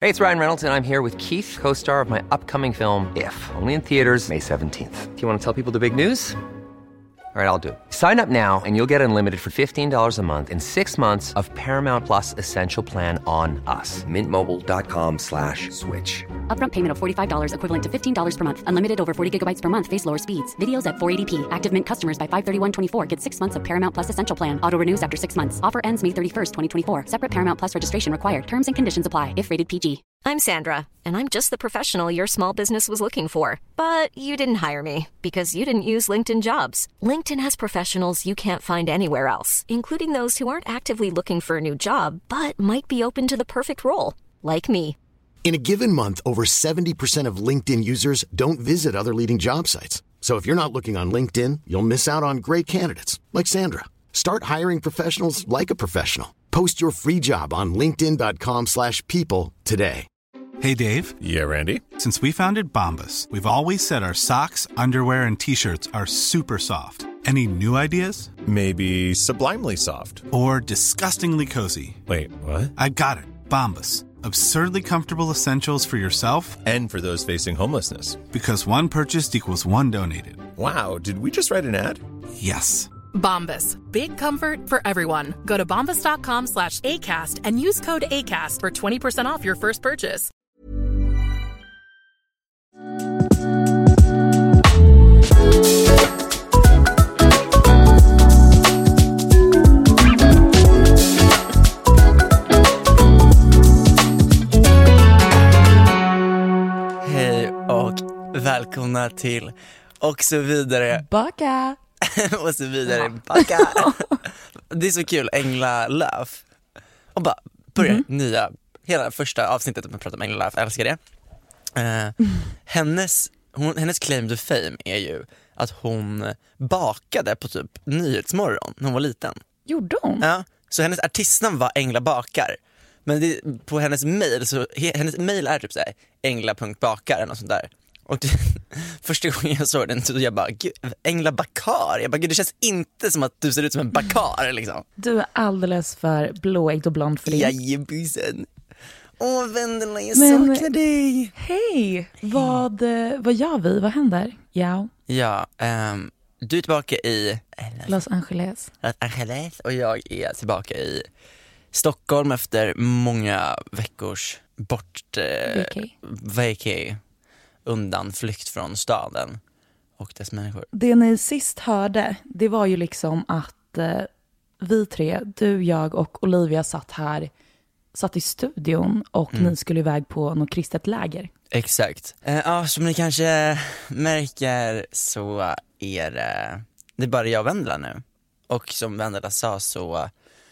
Hey, it's Ryan Reynolds, and I'm here with Keith, co-star of my upcoming film, If, only in theaters May 17th. Do you want to tell people the big news? All right, I'll do it. Sign up now and you'll get unlimited for $15 a month and 6 months of Paramount Plus Essential Plan on us. Mintmobile.com/switch. Upfront payment of $45 equivalent to $15 per month. Unlimited over 40 gigabytes per month. Face lower speeds. Videos at 480p. Active Mint customers by 531.24 get 6 months of Paramount Plus Essential Plan. Auto renews after 6 months. Offer ends May 31st, 2024. Separate Paramount Plus registration required. Terms and conditions apply if rated PG. I'm Sandra, and I'm just the professional your small business was looking for. But you didn't hire me because you didn't use LinkedIn Jobs. LinkedIn has professionals you can't find anywhere else, including those who aren't actively looking for a new job, but might be open to the perfect role, like me. In a given month, over 70% of LinkedIn users don't visit other leading job sites. So if you're not looking on LinkedIn, you'll miss out on great candidates like Sandra. Start hiring professionals like a professional. Post your free job on linkedin.com/people today. Hey, Dave. Yeah, Randy. Since we founded Bombas, we've always said our socks, underwear, and T-shirts are super soft. Any new ideas? Maybe sublimely soft. Or disgustingly cozy. Wait, what? I got it. Bombas. Absurdly comfortable essentials for yourself and for those facing homelessness. Because one purchased equals one donated. Wow, did we just write an ad? Yes. Bombas. Big comfort for everyone. Go to bombas.com/ACAST and use code ACAST for 20% off your first purchase. Hej och välkomna till och så vidare. Baka. Och så vidare. Baka. Det är så kul, Engla Löf. Och bara börja nya, hela första avsnittet med att prata om Engla Löf, älskar det. Hennes claim to fame är ju att hon bakade på typ Nyhetsmorgon när hon var liten. Gjorde hon? Ja, så hennes artistnamn var Engla Bakar. Men det, på hennes mail så hennes mail är typ så här engla.bakar eller något sånt där. Och det, första gången jag såg den så jag bara, gud, Engla Bakar. Jag bara, gud, det känns inte som att du ser ut som en bakar liksom. Du är alldeles för blåögd och blond för det. Jajebusen. Åh, Vendela, jag saknar dig. Hej, vad gör vi? Vad händer? Ja, du är tillbaka i Los Angeles. Och jag är tillbaka i Stockholm efter många veckors vacay, undanflykt från staden och dess människor. Det ni sist hörde, det var ju liksom att vi tre, du, jag och Olivia satt i studion och ni skulle iväg på något kristet läger. Exakt. Som ni kanske märker så är det bara jag och Vendela nu. Och som Vendela sa så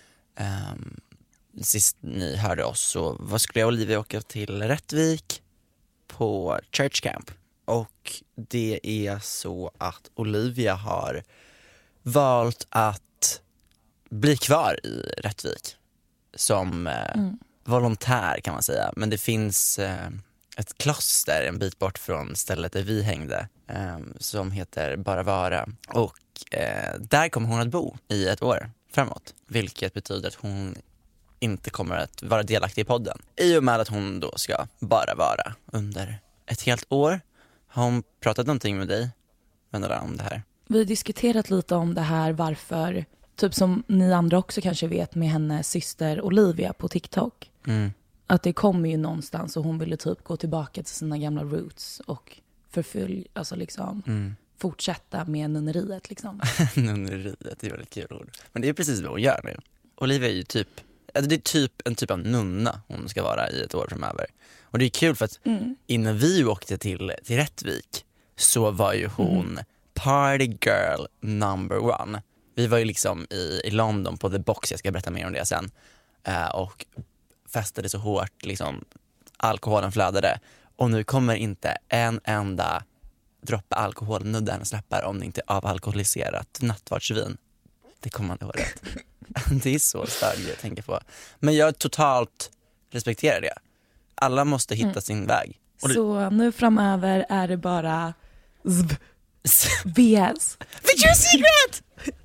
sist ni hörde oss så vad skulle jag och Olivia åka till Rättvik på Church Camp. Och det är så att Olivia har valt att bli kvar i Rättvik som volontär kan man säga. Men det finns ett kloster en bit bort från stället där vi hängde som heter Bara Vara. Och där kommer hon att bo i ett år framåt. Vilket betyder att hon inte kommer att vara delaktig i podden. I och med att hon då ska bara vara under ett helt år. Har hon pratat någonting med dig, Vendela, om det här? Vi har diskuterat lite om det här, varför, typ som ni andra också kanske vet med hennes syster Olivia på TikTok. Att det kommer ju någonstans och hon ville typ gå tillbaka till sina gamla roots och alltså liksom fortsätta med nunneriet liksom. Nunneriet, det är väldigt kul ord. Men det är precis vad hon gör nu. Olivia är ju typ, alltså det är typ en typ av nunna hon ska vara i ett år framöver. Och det är kul för att innan vi åkte till Rättvik så var ju hon party girl number one. Vi var ju liksom i London på The Box, jag ska berätta mer om det sen. Och festade så hårt, liksom alkoholen flödade. Och nu kommer inte en enda droppe alkohol nudda hennes läppar om det inte är avalkoholiserat nattvardsvin. Det kommande året. Det är så starkt jag tänker på. Men jag totalt respekterar det. Alla måste hitta sin väg. Så nu framöver är det bara VS. Victoria's Secret!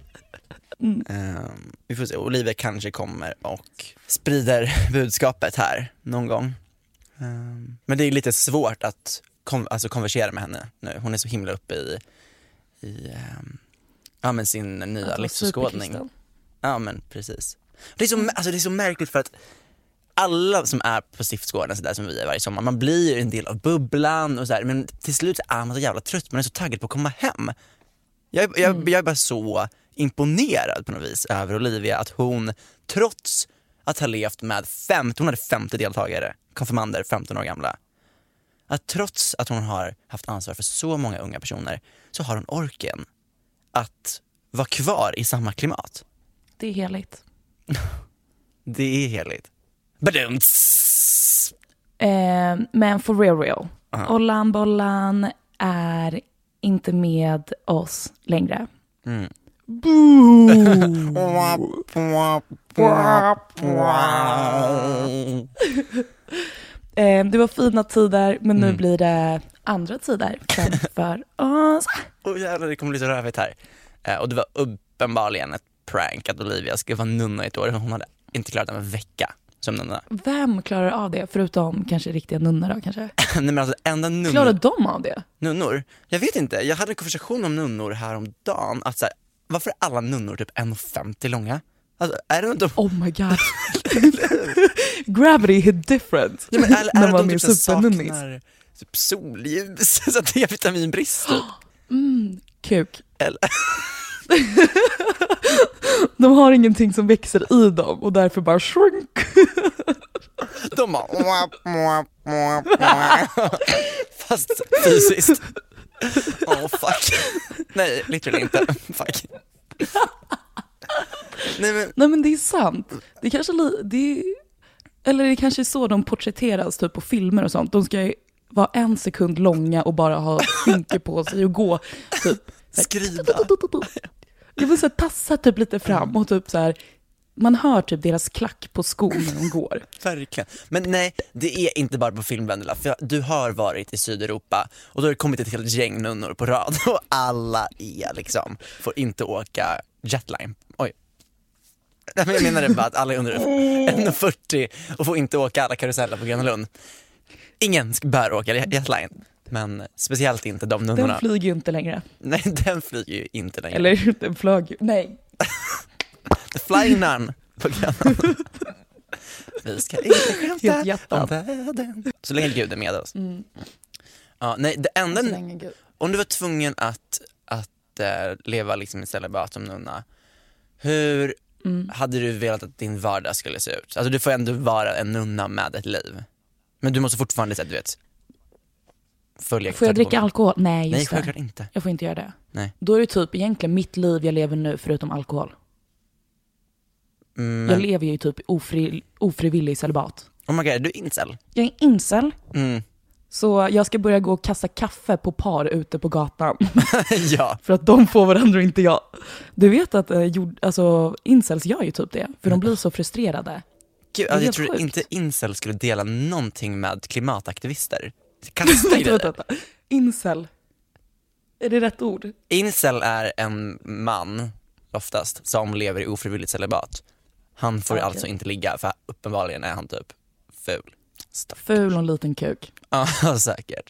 Vi får se, Olivia kanske kommer och sprider budskapet här någon gång. Men det är lite svårt att konversera med henne nu. Hon är så himla uppe i men sin nya livsåskådning. Ja, men precis. Det är så märkligt för att alla som är på stiftsgården så där som vi är varje sommar, man blir en del av bubblan och så här, men till slut så är man så jävla trött, man är så taggad på att komma hem. Jag är bara så imponerad på något vis över Olivia, att hon trots att ha levt med hon hade 50 deltagare, konfirmander, 15 år gamla, att trots att hon har haft ansvar för så många unga personer, så har hon orken att vara kvar i samma klimat. Det är heligt. Det är heligt. Men for real. Ollan Bollan är inte med oss längre. Det var fina tider, men nu blir det andra tider för oss. Jävlar, det kommer bli så rövigt här. Och det var uppenbarligen ett prank att Olivia skulle vara nunna i ett år. Hon hade inte klarat en vecka som nunna. Vem klarar av det? Förutom kanske riktiga nunnor då kanske? Nej, men alltså enda nunnor... Klarar de av det? Nunnor? Jag vet inte. Jag hade en konversation om nunnor häromdagen. Att så här, varför är alla nunnor typ 1,50 långa? Alltså, är det inte... Oh my god. Gravity hit different. Ja, men är man de typ saknar typ solljus så att det är vitaminbrist typ? Kuk. Eller... De har ingenting som växer i dem och därför bara shrink. De bara... Fast fysiskt. Fuck. Nej, literally inte. Fuck. Nej men det är sant. Det är kanske eller det är kanske så de porträtteras typ på filmer och sånt. De ska ju vara 1 sekund långa och bara ha skynke på sig och gå typ skrida. Jag vill så tassa typ lite fram och typ så här, man hör typ deras klack på skon när de går. Verkligen. Men nej, det är inte bara på filmvännerna. För du har varit i Sydeuropa och då har det kommit ett helt gäng nunnor på rad och alla är liksom får inte åka jetline. Oj. Jag menar bara att alla är under 1,40 och får inte åka alla karuseller på Gröna Lund. Ingen bör åka jetline. Men speciellt inte de nunnorna. Den flyger ju inte längre. Nej, den flyger ju inte längre. Eller den flög ju. Nej. The Flying Nun på Gröna Lund. Vi ska inte skämta om världen. Så länge Gud är med oss. Ja, nej, det enda... Om du var tvungen att leva liksom i celibat som nunna, hur hade du velat att din vardag skulle se ut? Alltså du får ändå vara en nunna med ett liv. Men du måste fortfarande säga, du vet, följa. Får jag dricka alkohol? Nej, just Nej, självklart inte. Jag får inte göra det. Nej. Då är det typ egentligen mitt liv jag lever nu förutom alkohol. Jag lever ju typ ofrivillig celibat. Oh my god, är du incel? Jag är incel. Så jag ska börja gå och kasta kaffe på par ute på gatan. Ja. För att de får varandra och inte jag. Du vet att incels gör ju typ det. För de blir så frustrerade. Gud, jag tror sjukt. inte incel skulle dela någonting med klimataktivister. Kasta grejer. Incel. Är det rätt ord? Incel är en man oftast som lever i ofrivilligt celibat. Han får alltså inte ligga, för uppenbarligen är han typ ful. Ful och en liten kuk. Ja, säkert.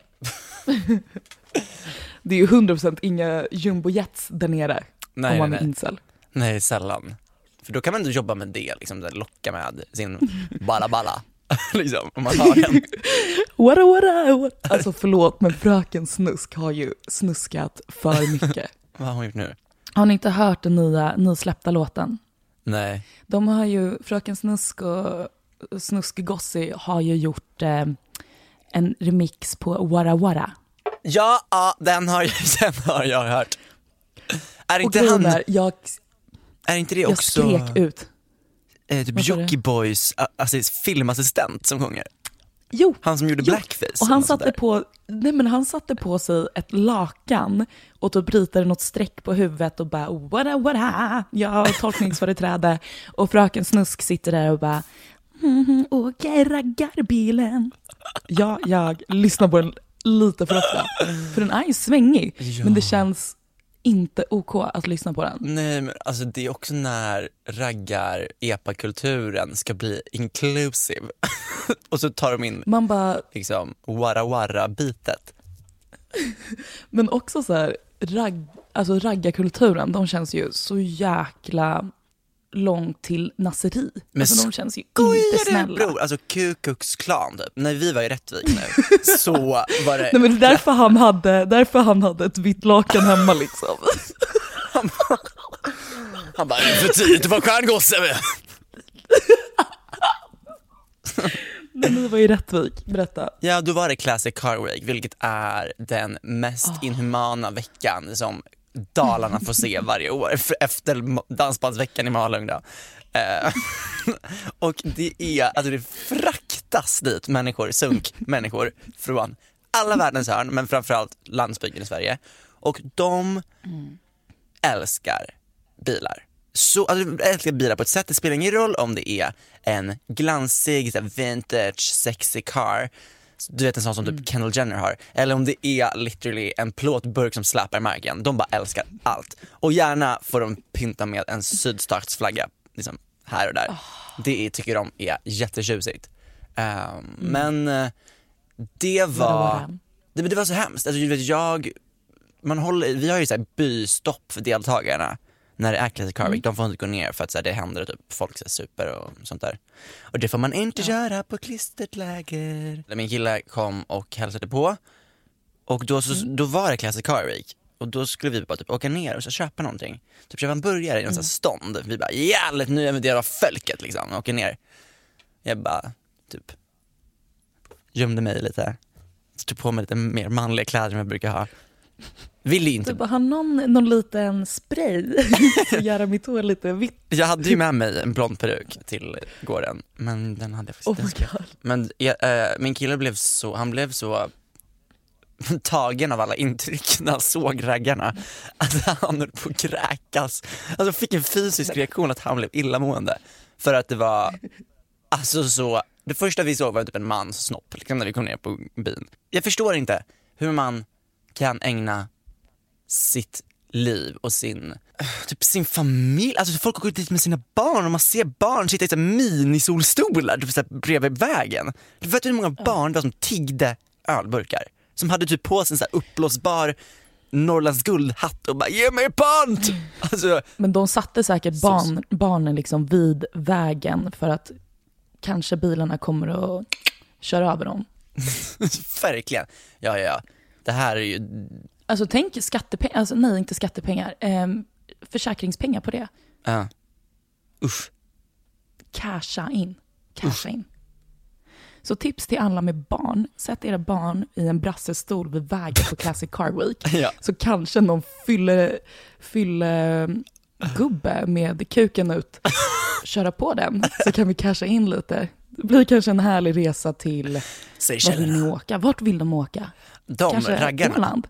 Det är ju 100% inga jumbojets där nere. Nej, om man är incel. Nej, sällan. För då kan man inte jobba med det, liksom, locka med sin balla liksom, om man har den. What. Alltså förlåt, men fröken Snusk har ju snuskat för mycket. Vad har hon gjort nu? Har ni inte hört den nysläppta låten? Nej. De har ju, fröken Snusk och Snuskgossi har ju gjort en remix på Wara Wara. Ja, den har jag hört. Är inte han... Är inte det också... Jag skrek ut. Typ Jockeyboys filmassistent som sjunger. Jo. Han som gjorde blackface. Och han satte på sig ett lakan och typ ritade något streck på huvudet och bara wara. Jag har tolkningsföreträde. Och fröken Snusk sitter där och bara åker raggarbilen. Ja, jag lyssnar på den lite för ofta. För den är ju svängig. Ja. Men det känns inte OK att lyssna på den. Nej, men alltså det är också när raggar epa-kulturen ska bli inclusive. Och så tar de in Man bara, liksom wara-wara-bitet. men också så här, raggarkulturen, de känns ju så jäkla långt till naseri. Men alltså de känns ju skojar inte snälla. Bror, alltså Ku Klux Klan typ. När vi var i Rättvik nu så var det... Nej, men det är därför han hade ett vitt lakan hemma liksom. Han bara, för tidigt att vara stjärngosse. När ni var i Rättvik, berätta. Ja, då var det Classic Car Week, vilket är den mest inhumana veckan som Dalarna får se varje år efter dansbandsveckan i Malung då. Och det fraktas dit människor från alla världens hörn, men framförallt landsbygden i Sverige. Och de älskar bilar. Så alltså, älskar bilar på ett sätt. Det spelar ingen roll om det är en glansig, vintage, sexy car, du vet en sån som typ Kendall Jenner har, eller om det är literally en plåtburk som släpar i marken. De bara älskar allt. Och gärna får de pynta med en sydstatsflagga liksom här och där. Det tycker de är jättetjusigt. Men det var så hemskt. Alltså, vi har ju så här bystopp för deltagarna när det är Classic Car Week. De får inte gå ner för att så här, det händer typ folk så här, super och sånt där. Och det får man inte göra på klistret läger. Min kille kom och hälsade på. Och då var det Classic Car Week. Och då skulle vi bara typ åka ner och så köpa någonting. Typ köpa en burgare i en sån här stånd. Vi bara, jävligt nu är vi del av folket liksom. Åker ner. Jag bara typ gömde mig lite. Tog på mig lite mer manliga kläder än jag brukar ha. Vill inte. Du bara, har någon liten spray för att göra mitt hår lite vitt? Jag hade ju med mig en blond peruk till gården, men den hade jag faktiskt inte. Men min kille blev så tagen av alla intryck när han såg raggarna att han höll på att kräkas. Alltså fick en fysisk reaktion att han blev illamående. För att det var alltså så. Det första vi såg var typ en mans snopp liksom, när vi kom ner på byn. Jag förstår inte hur man kan ägna sitt liv och sin familj. Alltså folk går dit med sina barn och man ser barn sitta i minisolstolar typ så här bredvid vägen. Du vet hur många barn var som tiggde ölburkar, som hade typ på sig en så här uppblåsbar Norrlands guldhatt och bara ge mig pant. Alltså, men de satte säkert barnen liksom vid vägen för att kanske bilarna kommer att köra över dem. Verkligen. Ja. Det här är ju... Alltså tänk skattepengar, alltså nej inte skattepengar, försäkringspengar på det. Usch. Casha in. Så tips till alla med barn, sätt era barn i en brassestol vid vägen på Classic Car Week. Ja. Så kanske någon fyller gubbe med kuken ut, köra på den, så kan vi casha in lite. Det blir kanske en härlig resa till... Vart vill ni åka? Vart vill de åka? Kanske raggarna. Åland?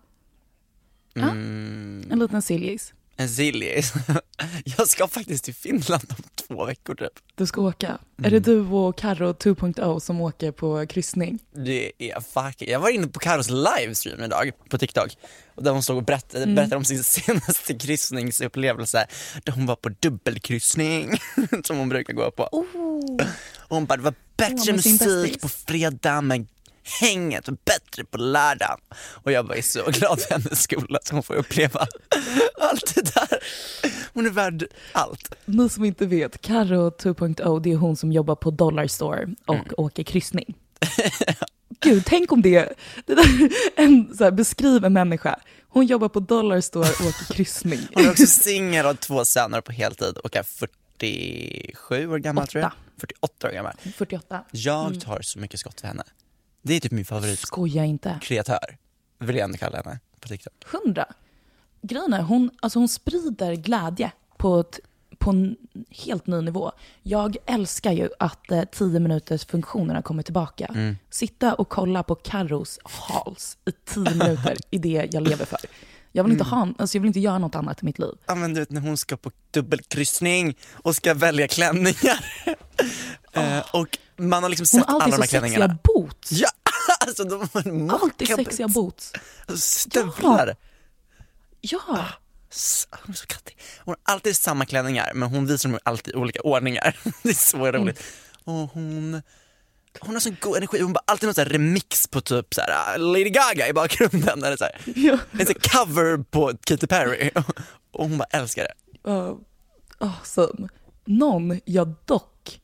En liten Siljes. En Siljes. Jag ska faktiskt till Finland om 2 veckor typ. Du ska åka. Är det du och Karo 2.0 som åker på kryssning? Det är fucking... Jag var inne på Karos livestream idag på TikTok. Och där hon stod och berättade om sin senaste kryssningsupplevelse. Där hon var på dubbelkryssning som hon brukar gå på. Och hon bara, det var bättre musik på fredag men hänget var bättre på lördag. Och jag var så glad för hennes skola att hon får uppleva allt det där. Hon är värd allt. Ni som inte vet, Karo 2.0, det är hon som jobbar på Dollar Store och åker kryssning. Gud, tänk om det där, så här, beskriv en människa. Hon jobbar på Dollar Store och åker kryssning. Hon är också singel och 2 söner på heltid och är 47 år gammal tror jag. 48 år gammal. 48. Jag tar så mycket skott för henne. Det är typ min favorit. Skoja inte. Kreatör. Vill jag ändå kalla henne på TikTok. 100. Grejen är, hon sprider glädje på en helt ny nivå. Jag älskar ju att 10 minuters funktionerna kommer tillbaka. Sitta och kolla på Karos hals i 10 minuter i det jag lever för. Jag vill inte göra något annat i mitt liv. Ja, men du vet när hon ska på dubbelkryssning och ska välja klänningar. Och man har liksom sett alla de här klänningarna. Hon har alltid sexiga boots. Ja, alltså de har alltid sexiga boots. Stövlar. Ja. Hon är så kattig. Hon har alltid samma klänningar, men hon visar dem alltid i olika ordningar. Det är så roligt. Och hon har så god energi. Hon bara alltid någon så här remix på typ så här Lady Gaga i bakgrunden eller så här. En så här cover på Katy Perry. Och hon bara älskar det. Sen någon jag dock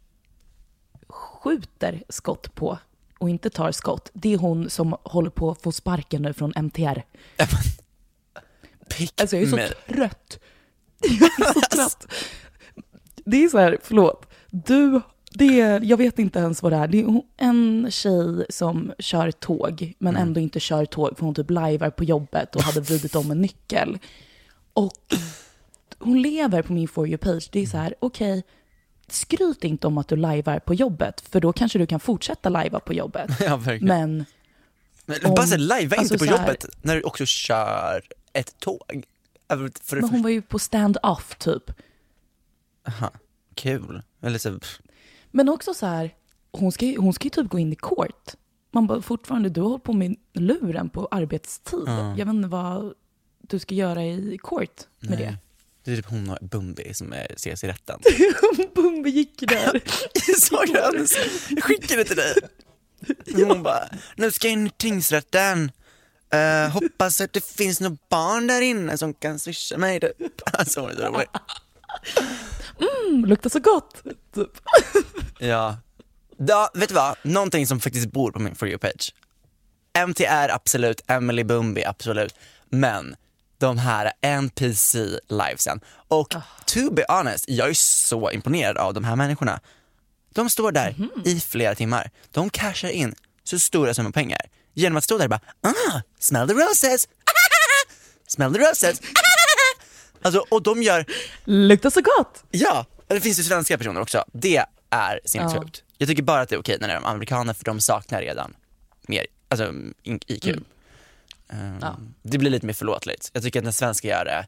skjuter skott på och inte tar skott, det är hon som håller på att få sparken nu från MTR. Alltså jag är så trött. Jag är så trött. Det är så här, förlåt. Jag vet inte ens vad det är. Det är en tjej som kör tåg, men ändå inte kör tåg, för hon typ livear på jobbet och hade vridit om en nyckel. Och hon lever på min For You-page. Det är så här, okej, skryt inte om att du livear på jobbet, för då kanske du kan fortsätta livea på jobbet. Ja, verkligen. Men bara så live inte på jobbet när du också kör ett tåg. Men hon var ju på stand-off typ. Aha, kul. Eller så... Men också så här, hon ska ju typ gå in i court. Man bara, fortfarande, du har hållit på med luren på arbetstid. Jag vet inte vad du ska göra i court med det. Det är typ hon och Bumbi som ses i rätten. Bumbi gick där. Jag skickade det till dig. Hon bara, nu ska jag in i tingsrätten. Hoppas att det finns några barn där inne som kan swisha mig. Alltså, det är roligt. Luktar så gott typ. Ja, vet du vad? Någonting som faktiskt bor på min For You-page. MTR absolut, Emily Bumbi absolut. Men de här NPC-livesen. Och to be honest, jag är så imponerad av de här människorna. De står där i flera timmar. De cashar in så stora summor pengar genom att stå där och bara, smell the roses. Smell the roses. Alltså, och de gör... Luktar så gott. Ja, det finns ju svenska personer också. Det är sinnessjukt. Jag tycker bara att det är okej när det är de amerikaner, för de saknar redan mer, alltså IQ. Det blir lite mer förlåtligt. Jag tycker att när svenska gör det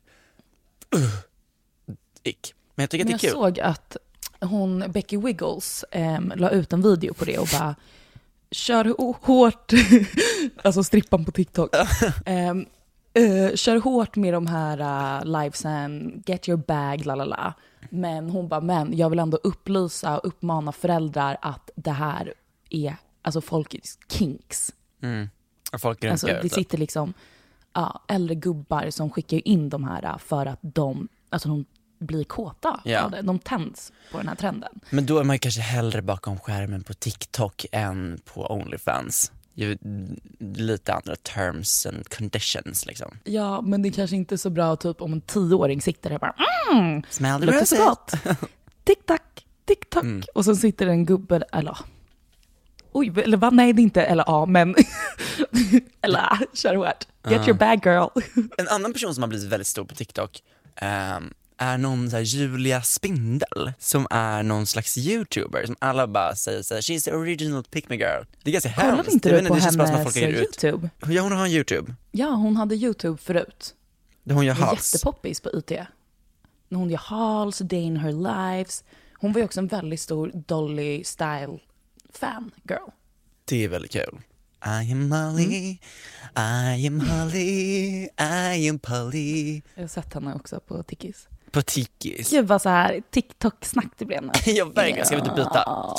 men jag tycker att det är kul. Jag såg att Becky Wiggles la ut en video på det och bara kör hårt alltså strippan på TikTok. Kör hårt med de här livesen, get your bag, lalala. Men hon bara, jag vill ändå upplysa och uppmana föräldrar att det här är alltså folkets kinks. Folk är alltså, det sitter liksom äldre gubbar som skickar in de här för att de blir kåta av det. De tänds på den här trenden. Men då är man kanske hellre bakom skärmen på TikTok än på OnlyFans. Lite andra terms and conditions liksom. Ja, men det är kanske inte så bra typ om en 10-åring sitter där och bara smell the luktar roses. så gott. Tick-tack, tick-tack. Och så sitter en gubbe, eller vad? Nej, det är inte, men kör hårt. Get your bag, girl. En annan person som har blivit väldigt stor på TikTok är någon så här Julia Spindel, som är någon slags YouTuber som alla bara säger så här, she's the original pick me girl. Det är ganska hemskt. Kollar inte du på hennes YouTube? Ja, hon har en YouTube. Ja, hon hade YouTube förut. Hon gör hals. Jättepoppis på IT. Hon gör hals, day in her lives. Hon var ju också en väldigt stor Dolly Style fan girl. Det är väldigt kul. I am Molly, I am Holly, I am Polly. Jag har sett henne också på Tickis. På Tickis? Gud vad så här TikTok-snack det blev nu. Ja, verkligen. Ska vi inte byta?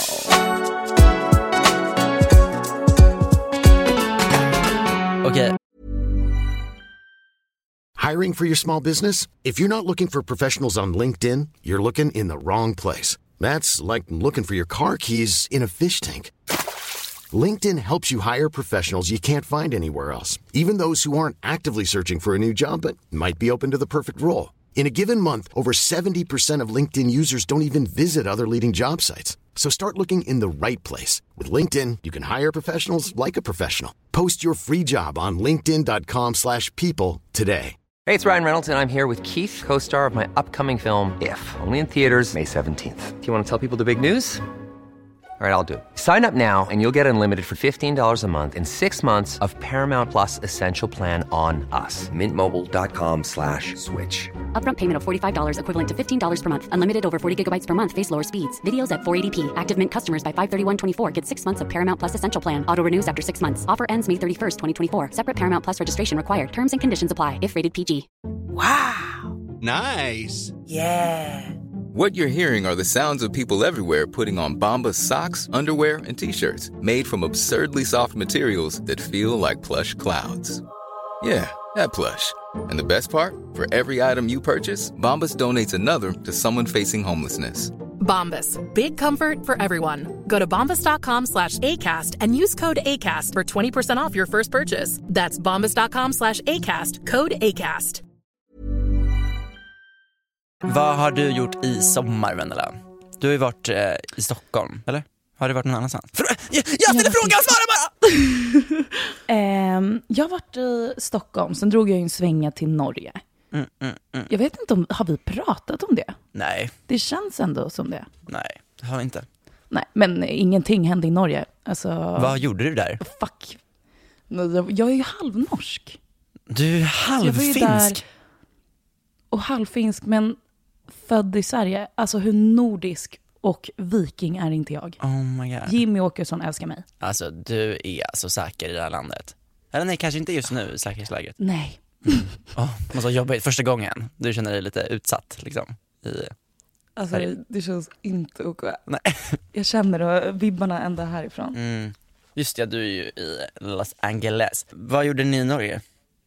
Okej. Hiring for your small business? If you're not looking for professionals on LinkedIn, you're looking in the wrong place. That's like looking for your car keys in a fish tank. LinkedIn helps you hire professionals you can't find anywhere else, even those who aren't actively searching for a new job but might be open to the perfect role. In a given month, over 70% of LinkedIn users don't even visit other leading job sites. So start looking in the right place. With LinkedIn, you can hire professionals like a professional. Post your free job on linkedin.com/people today. Hey, it's Ryan Reynolds, and I'm here with Keith, co-star of my upcoming film, If, only in theaters May 17th. Do you want to tell people the big news? All right, I'll do it. Sign up now and you'll get unlimited for $15 a month and 6 months of Paramount Plus Essential Plan on us. MintMobile.com/switch. Upfront payment of $45 equivalent to $15 per month. Unlimited over 40 gigabytes per month. Face lower speeds. Videos at 480p. Active Mint customers by 531.24 get 6 months of Paramount Plus Essential Plan. Auto renews after 6 months. Offer ends May 31st, 2024. Separate Paramount Plus registration required. Terms and conditions apply if rated PG. Wow. Nice. Yeah. What you're hearing are the sounds of people everywhere putting on Bombas socks, underwear, and T-shirts made from absurdly soft materials that feel like plush clouds. Yeah, that plush. And the best part? For every item you purchase, Bombas donates another to someone facing homelessness. Bombas. Big comfort for everyone. Go to bombas.com/ACAST and use code ACAST for 20% off your first purchase. That's bombas.com/ACAST. Code ACAST. Vad har du gjort i sommar, Vendela? Du har ju varit i Stockholm, eller? Har du varit någon annanstans? Jag ställer frågan, svara bara! Jag har varit i Stockholm, sen drog jag en svänga till Norge. Jag vet inte har vi pratat om det? Nej. Det känns ändå som det. Nej, det har vi inte. Nej, men ingenting hände i Norge. Alltså, vad gjorde du där? Fuck. Jag är ju halvnorsk. Du är halvfinsk? Och halvfinsk, men född i Sverige. Alltså hur nordisk och viking är inte jag. Oh my God. Jimmy Åkesson älskar mig. Alltså du är så säker i det här landet. Eller nej, kanske inte just nu i säkerhetsläget. Nej. Måste jobba första gången. Du känner dig lite utsatt liksom. Alltså det känns inte okej. Nej. Jag känner vibbarna ända härifrån. Just ja, du är ju i Los Angeles. Vad gjorde ni i Norge?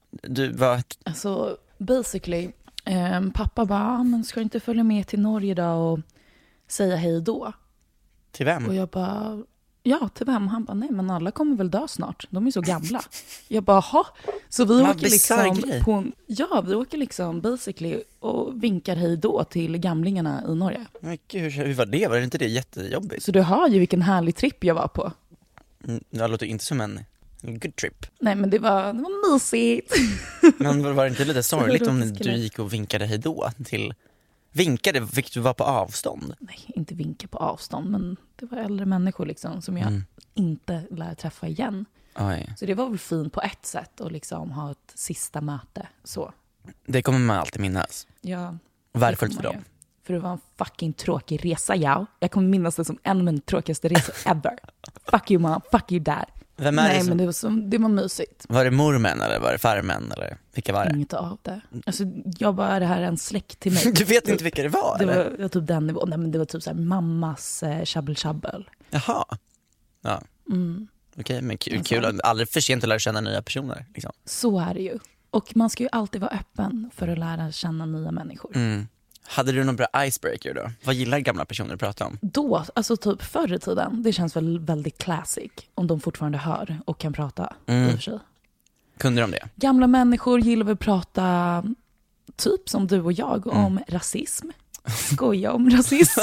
Alltså basically pappa bara, men ska du inte följa med till Norge då och säga hej då? Till vem? Och jag bara, ja, till vem? Han bara, nej men alla kommer väl dö snart. De är så gamla. Jag bara, ha. Så vi åker liksom vi åker liksom basically och vinkar hej då till gamlingarna i Norge. Men gud, hur var det? Var det inte det jättejobbigt? Så du hör ju vilken härlig tripp jag var på. Det låter inte som en good trip. Nej, men det var mysigt. Men var det inte lite sorgligt om du gick och vinkade hej då till... Vinkade? Fick du vara på avstånd? Nej, inte vinka på avstånd, men det var äldre människor liksom som jag inte lär träffa igen. Oj. Så det var väl fint på ett sätt att liksom ha ett sista möte. Så. Det kommer man alltid minnas. Ja. Värdefullt för dem. För det var en fucking tråkig resa, ja. Jag kommer minnas det som en av mina tråkigaste resor ever. Fuck you mom, fuck you dad. Vem är Nej, men det var mysigt. Var det mormän eller var det farmän eller vilka var det? Inget av det. Alltså, jag bara, det här är en släkt till mig. Du vet inte vilka det var? Det var typ den nivån. Nej, men det var typ så här mammas chabbel. Jaha. Ja. Okej, men kul. Aldrig för sent att lära känna nya personer. Liksom. Så är det ju. Och man ska ju alltid vara öppen för att lära känna nya människor. Hade du någon bra icebreaker då? Vad gillar gamla personer att prata om? Då, alltså typ förr i tiden, det känns väl väldigt classic om de fortfarande hör och kan prata i och för sig. Kunde de det? Gamla människor gillar väl prata typ som du och jag om rasism. Skoja om rasism.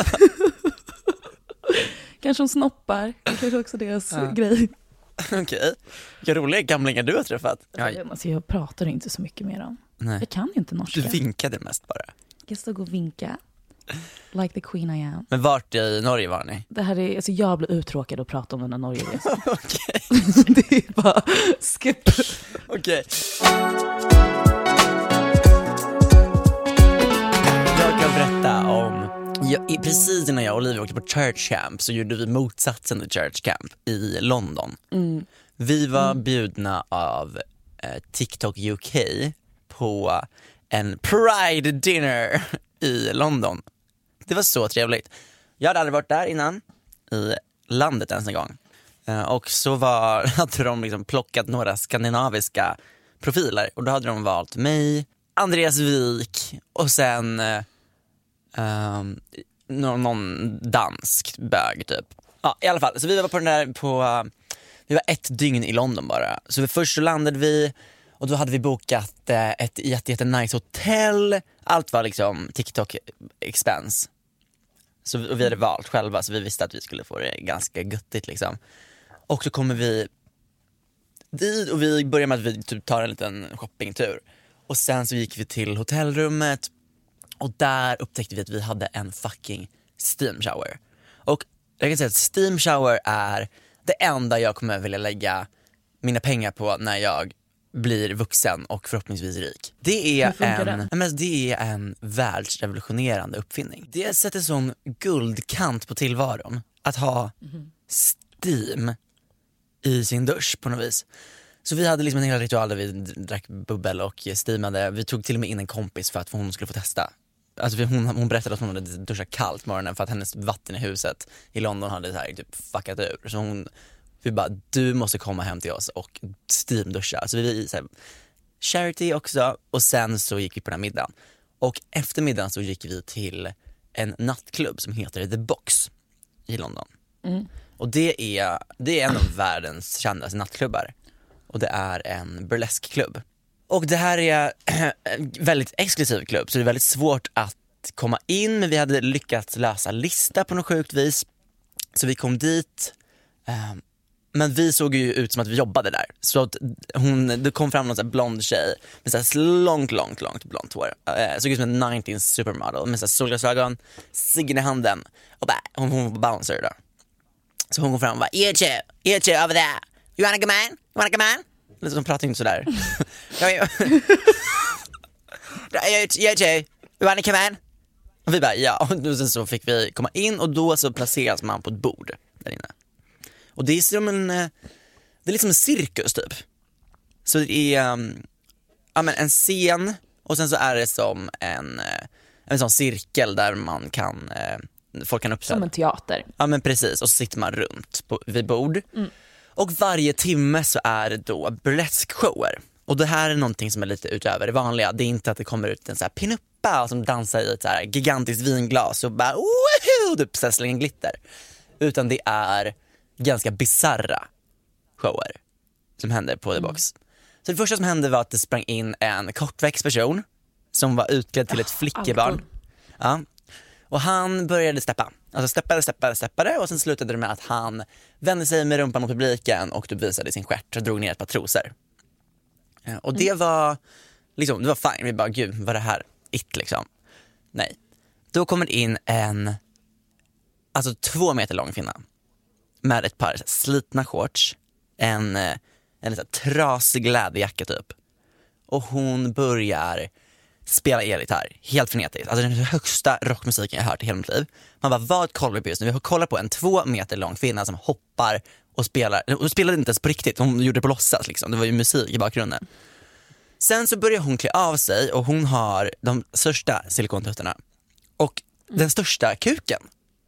Kanske om snoppar, kanske också deras grej. Okej. Vilka roliga gamlingar du har träffat. Alltså, jag pratar inte så mycket med dem. Nej. Jag kan inte norska. Du vinkade mest bara. Jag stod och vinka. Like the queen I am. Men vart i Norge var ni? Det här är, alltså jag blir uttråkad att prata om den här Norge-resan. Okej. Det är bara skip. Okej. Jag kan berätta om... precis innan jag och Olivia åkte på church camp så gjorde vi motsatsen till church camp i London. Vi var bjudna av TikTok UK på en Pride dinner i London. Det var så trevligt. Jag hade aldrig varit där innan i landet ens en gång. Och så hade de liksom plockat några skandinaviska profiler. Och då hade de valt mig, Andreas Wik och sen någon dansk bög typ. Ja, i alla fall. Så vi var på den där vi var 1 dygn i London bara. Så först så landade vi och då hade vi bokat ett jätte-nice hotell. Allt var liksom TikTok expense. Så vi hade valt själva så vi visste att vi skulle få det ganska göttigt liksom. Och så kommer vi dit och vi börjar med att vi typ tar en liten shoppingtur. Och sen så gick vi till hotellrummet och där upptäckte vi att vi hade en fucking steam shower. Och Jag kan säga att steam shower är det enda jag kommer vilja lägga mina pengar på när jag blir vuxen och förhoppningsvis rik. Det är en världsrevolutionerande uppfinning. Det sätter sån guldkant på tillvaron att ha steam i sin dusch på något vis. Så vi hade liksom en hel ritual där vi drack bubbel och steamade. Vi tog till och med in en kompis för att hon skulle få testa. Alltså hon berättade att hon hade duschat kallt morgonen för att hennes vatten i huset i London hade så här typ fuckat ur. Så vi bara, du måste komma hem till oss och steamduscha. Så vi så här, charity också. Och sen så gick vi på den här middagen. Och efter middagen så gick vi till en nattklubb som heter The Box i London. Och det är en av världens kändaste nattklubbar. Och det är en burleskklubb. Och det här är en väldigt exklusiv klubb, så det är väldigt svårt att komma in. Men vi hade lyckats lösa lista på något sjukt vis. Så vi kom dit. Men vi såg ju ut som att vi jobbade där. Så att det kom fram någon sån här blond tjej med så här långt blont hår. Såg ut som en 19s supermodel med så här solglasögon, ciggen i handen. Och bara, hon var bouncer då. Så hon kom fram och bara, you two over there. You wanna come on? De pratar inte sådär. You two, you wanna come on? Och vi bara, ja. Och sen så fick vi komma in och då så placeras man på ett bord där inne. Och det är som det är liksom en cirkus typ. Så det är en scen och sen så är det som en sån cirkel där man kan folk kan uppträda. Som en teater. Ja men precis, och så sitter man runt vid bord. Och varje timme så är det då burleskshower. Och det här är någonting som är lite utöver det vanliga. Det är inte att det kommer ut en så här pinuppa som dansar i ett så här gigantiskt vinglas och bara typ slänger glitter. Utan det är ganska bizarra shower som hände på The Box. Så det första som hände var att det sprang in en kortväxt person som var utklädd till ett flickebarn. Ja. Och han började steppa. Alltså steppade och sen slutade det med att han vände sig med rumpan mot publiken och typ visade sin stjärt och drog ner ett par trosor. Och det var liksom, det var fine. Vi bara, gud, vad är det här? Liksom. Nej. Då kommer det in en 2 meter lång kvinna med ett par slitna shorts, en trasig läderjacka typ. Och hon börjar spela elgitarr, helt frenetiskt. Alltså den högsta rockmusiken jag har hört i hela mitt liv. Man bara, vad kollar vi på just nu? Vi har kollat på en 2 meter lång kvinna som hoppar och spelar. Hon spelade inte ens på riktigt, hon gjorde det på låtsas liksom. Det var ju musik i bakgrunden. Sen så börjar hon klä av sig och hon har de största silikontuttarna och den största kuken.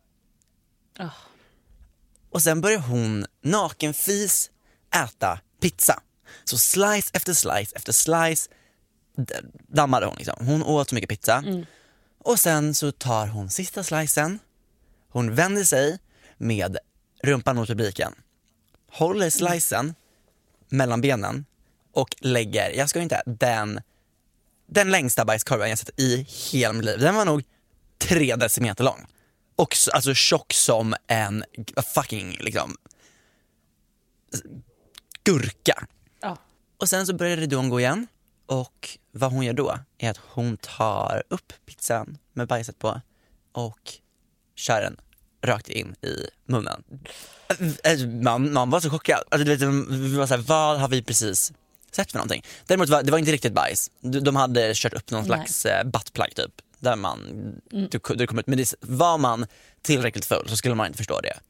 Och sen börjar hon nakenfis äta pizza. Så slice efter slice efter slice dammade hon liksom. Hon åt så mycket pizza. Och sen så tar hon sista slicen. Hon vänder sig med rumpan mot publiken. Håller slicen mellan benen och lägger, jag ska inte, den längsta bajskorven jag sett i hela mitt liv. Den var nog 3 decimeter lång. Och alltså tjock som en fucking liksom gurka. Ja. Och sen så börjar ridån gå igen. Och vad hon gör då är att hon tar upp pizzan med bajset på och kör den rakt in i munnen. Man var så chockad. Alltså, vi var så här, vad har vi precis sett för någonting? Däremot det var inte riktigt bajs. De hade kört upp någon slags buttplug typ. Där du kom ut. Men var man tillräckligt full så skulle man inte förstå det.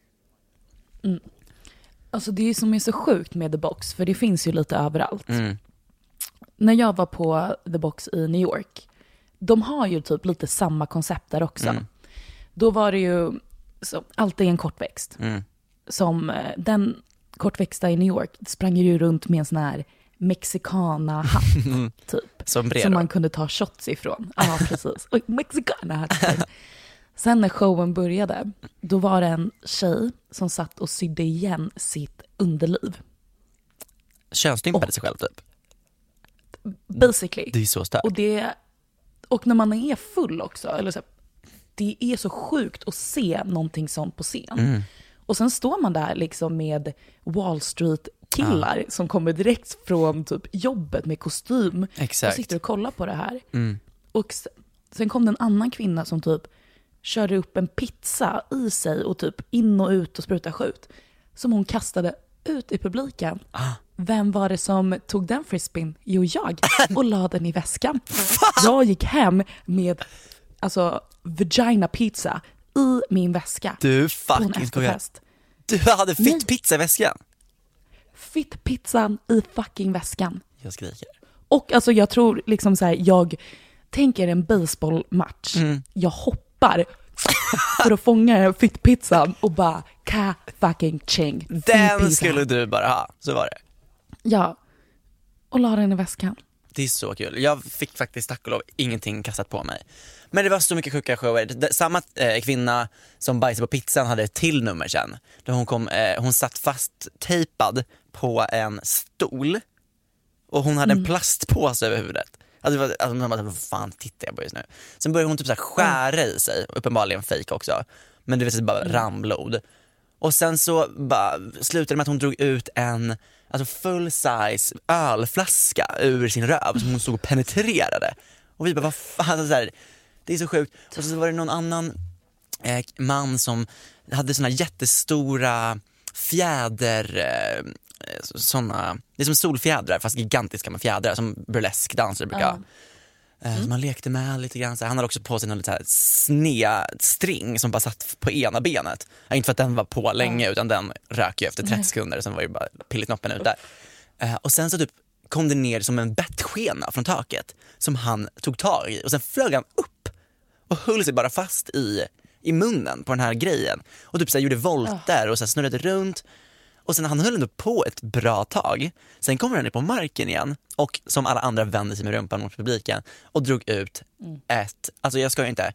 Alltså det är som är så sjukt med The Box. För det finns ju lite överallt. När jag var på The Box i New York, de har ju typ lite samma koncept där också. Då var det ju alltid en kortväxt. Som den kortväxta i New York sprang ju runt med en sån här mexicana-hatt typ. Som man kunde ta shots ifrån. Ja, precis. Och mexicana-hatt. Sen när showen började, då var det en tjej som satt och sydde igen sitt underliv. Könsstympade sig själv typ. Basically. Det är så starkt. Och när man är full också, eller så, det är så sjukt att se någonting sånt på scen. Och sen står man där liksom med Wall Street-killar som kommer direkt från typ jobbet med kostym. Exakt. Och sitter och kollar på det här. Och sen kom det en annan kvinna som typ körde upp en pizza i sig och typ in och ut och spruta skjut. Som hon kastade ut i publiken. Vem var det som tog den frisbeen? Jo, jag. Och la den i väskan. Jag gick hem med vagina pizza i min väska. Du fucking skojar. Du hade fittpizza i väskan? Fittpizzan i fucking väskan. Jag skriker. Och alltså jag tror liksom så här, jag tänker en baseballmatch. Jag hoppar för att fånga fittpizzan och bara fucking ching. Den skulle du bara ha, så var det. Ja, och la den i väskan. Det är så kul. Jag fick faktiskt tack och lov ingenting kastat på mig. Men det var så mycket sjuka shower. Samma kvinna som bajsade på pizzan hade ett till nummer sen. Där hon satt fast tejpad på en stol. Och hon hade en plastpåse över huvudet. Man bara, vad fan tittar jag på just nu? Sen började hon typ så här skära i sig. Uppenbarligen fake också. Men det var bara ramblod. Och sen så bara slutade det med att hon drog ut en full size ölflaska ur sin röv som hon stod och penetrerade. Och vi bara, vad fan, så här, det är så sjukt. Och så var det någon annan man som hade såna jättestora fjäder, såna, det är som solfjädrar fast gigantiska med fjädrar som burleskdansare brukar ha. Så man lekte med lite grann. Så han hade också på sig någon lite snedstring som bara satt på ena benet. Inte för att den var på länge utan den rök ju efter 30 sekunder. Sen var ju bara pillitnoppen ut där. Och sen så typ kom det ner som en bettskena från taket som han tog tag i. Och sen flög han upp och höll sig bara fast i munnen på den här grejen. Och typ så här gjorde volter och så här snurrade runt. Och sen han höll ändå på ett bra tag. Sen kommer han ner på marken igen. Och som alla andra vände sig med rumpan mot publiken. Och drog ut ett, jag ska ju inte,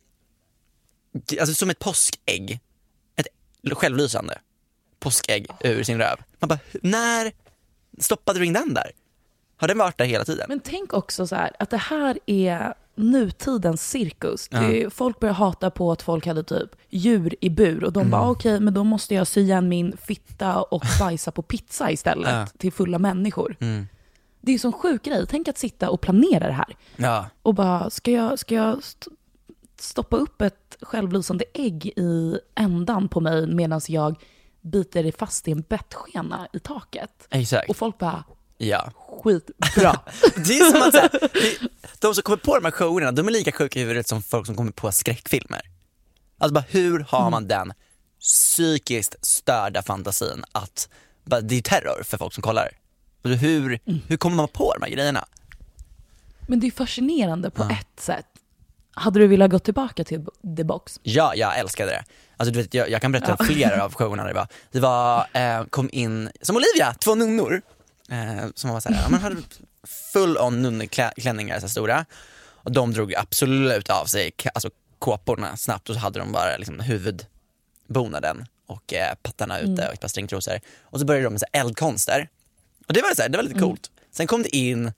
som ett påskägg. Ett självlysande påskägg ur sin röv. Man bara, när stoppade du in den där? Har den varit där hela tiden? Men tänk också så här, att det här är nutidens cirkus. Folk börjar hata på att folk hade typ djur i bur. Och de bara, okej, men då måste jag sy igen min fitta och bajsa på pizza istället till fulla människor. Det är ju sån sjuk grej. Tänk att sitta och planera det här. Och bara, ska jag stoppa upp ett självlysande ägg i ändan på mig medan jag biter det fast i en bettskena i taket? Exakt. Och folk bara, skitbra. Det är som att de som kommer på de här showerna, de är lika sjuka i huvudet som folk som kommer på skräckfilmer. Alltså bara, hur har man den psykiskt störda fantasin att bara, det är terror för folk som kollar? Alltså hur kommer man på de här grejerna? Men det är fascinerande på ett sätt. Hade du velat gå tillbaka till The Box? Ja, jag älskade det. Alltså, du vet, jag kan berätta flera av showerna det var kom in som Olivia, 2 nunnor som var så här, man hade full on nunneklänningar så stora. Och de drog absolut av sig kåporna snabbt. Och så hade de bara liksom huvudbonaden och pattarna ute och ett par stringtrosor. Och så började de med så här eldkonster. Och det var lite coolt. Sen kom det in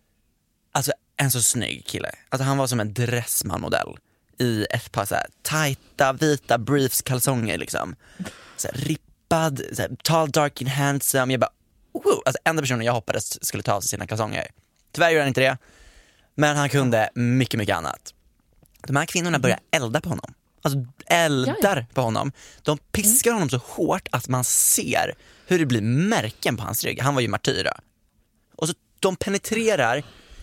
en så snygg kille. Han var som en dressmanmodell i ett par så här tajta vita briefs kalsonger liksom. Så här rippad, så här, tall, dark and handsome. Jag bara, enda personen jag hoppades skulle ta av sig sina kalsonger. Tyvärr gjorde han inte det. Men han kunde mycket, mycket annat. De här kvinnorna börjar elda på honom. Eldar på honom. De piskar honom så hårt att man ser hur det blir märken på hans rygg. Han var ju martyra. Och så de penetrerar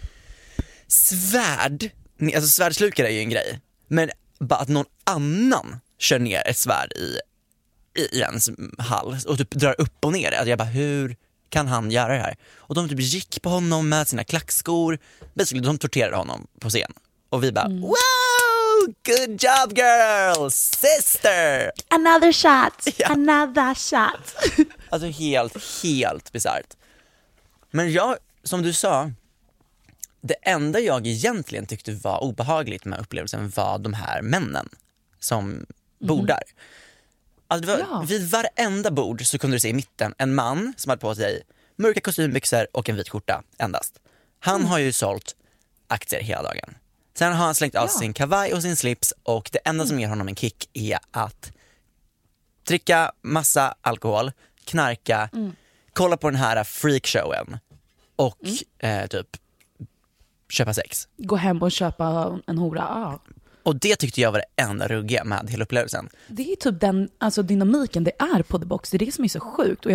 svärd. Svärdslukare är ju en grej. Men bara att någon annan kör ner ett svärd i ens hals och typ drar upp och ner. Jag bara, hur kan han göra det här? Och de typ gick på honom med sina klackskor. Basically, de torterade honom på scen. Och vi bara, wow, good job girl, sister. Another shot, another shot. Helt bizarrt. Men som du sa, det enda jag egentligen tyckte var obehagligt med upplevelsen var de här männen som bor där. Vid varenda bord så kunde du se i mitten en man som hade på sig mörka kostymbyxor och en vit skjorta endast. Han har ju sålt aktier hela dagen. Sen har han slängt av sin kavaj och sin slips och det enda som ger honom en kick är att dricka massa alkohol, knarka, kolla på den här freakshowen och typ köpa sex. Gå hem och köpa en hora. Och det tyckte jag var det enda ruggiga med hela upplevelsen. Det är typ den dynamiken det är på The Box. Det är det som är så sjukt. Och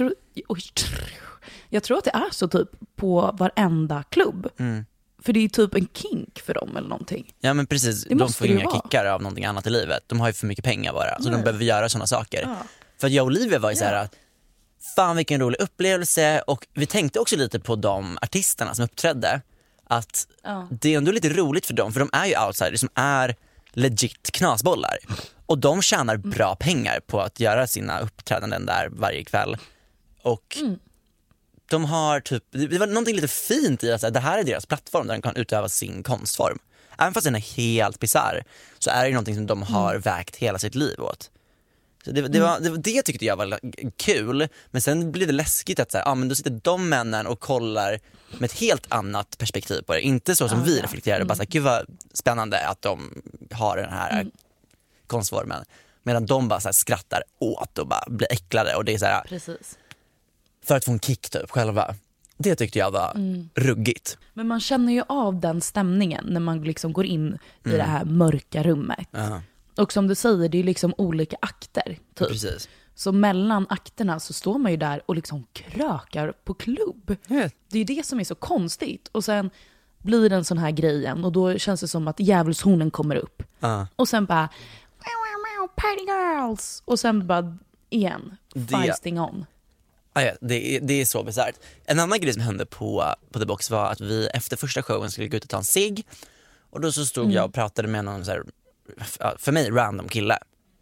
jag tror att det är så typ på varenda klubb. För det är typ en kink för dem eller någonting. Ja men precis, de får inga kickar av någonting annat i livet. De har ju för mycket pengar bara, så de behöver göra sådana saker. För jag och Olivia var ju så här att fan vilken rolig upplevelse. Och vi tänkte också lite på de artisterna som uppträdde, att det är ändå lite roligt för dem, för de är ju outsiders som är legit knasbollar. Och de tjänar bra pengar på att göra sina uppträdanden där varje kväll. Och de har typ, det var någonting lite fint i att det här är deras plattform där de kan utöva sin konstform. Även fast den är helt bizarr, så är det ju någonting som de har vägt hela sitt liv åt. Så det tyckte jag var kul. Men sen blir det läskigt att så här, men då sitter de männen och kollar med ett helt annat perspektiv på det. Inte så som vi reflekterar, bara så här, gud vad spännande att de har den här konstformen. Medan de bara så här skrattar åt och bara blir äcklade. Och det är så här, precis. För att få en kick typ själva. Det tyckte jag var ruggigt. Men man känner ju av den stämningen när man liksom går in i det här mörka rummet. Och som du säger, det är liksom olika akter typ. Precis. Så mellan akterna så står man ju där och liksom krökar på klubb. Det är ju det som är så konstigt. Och sen blir det en sån här grejen, och då känns det som att djävulshornen kommer upp. Och sen bara party girls. Och sen bara igen, feisting on. Det är så bizarrt. En annan grej som hände på The Box var att vi efter första showen skulle gå ut och ta en cigg. Och då så stod jag och pratade med någon så här, för mig random kille.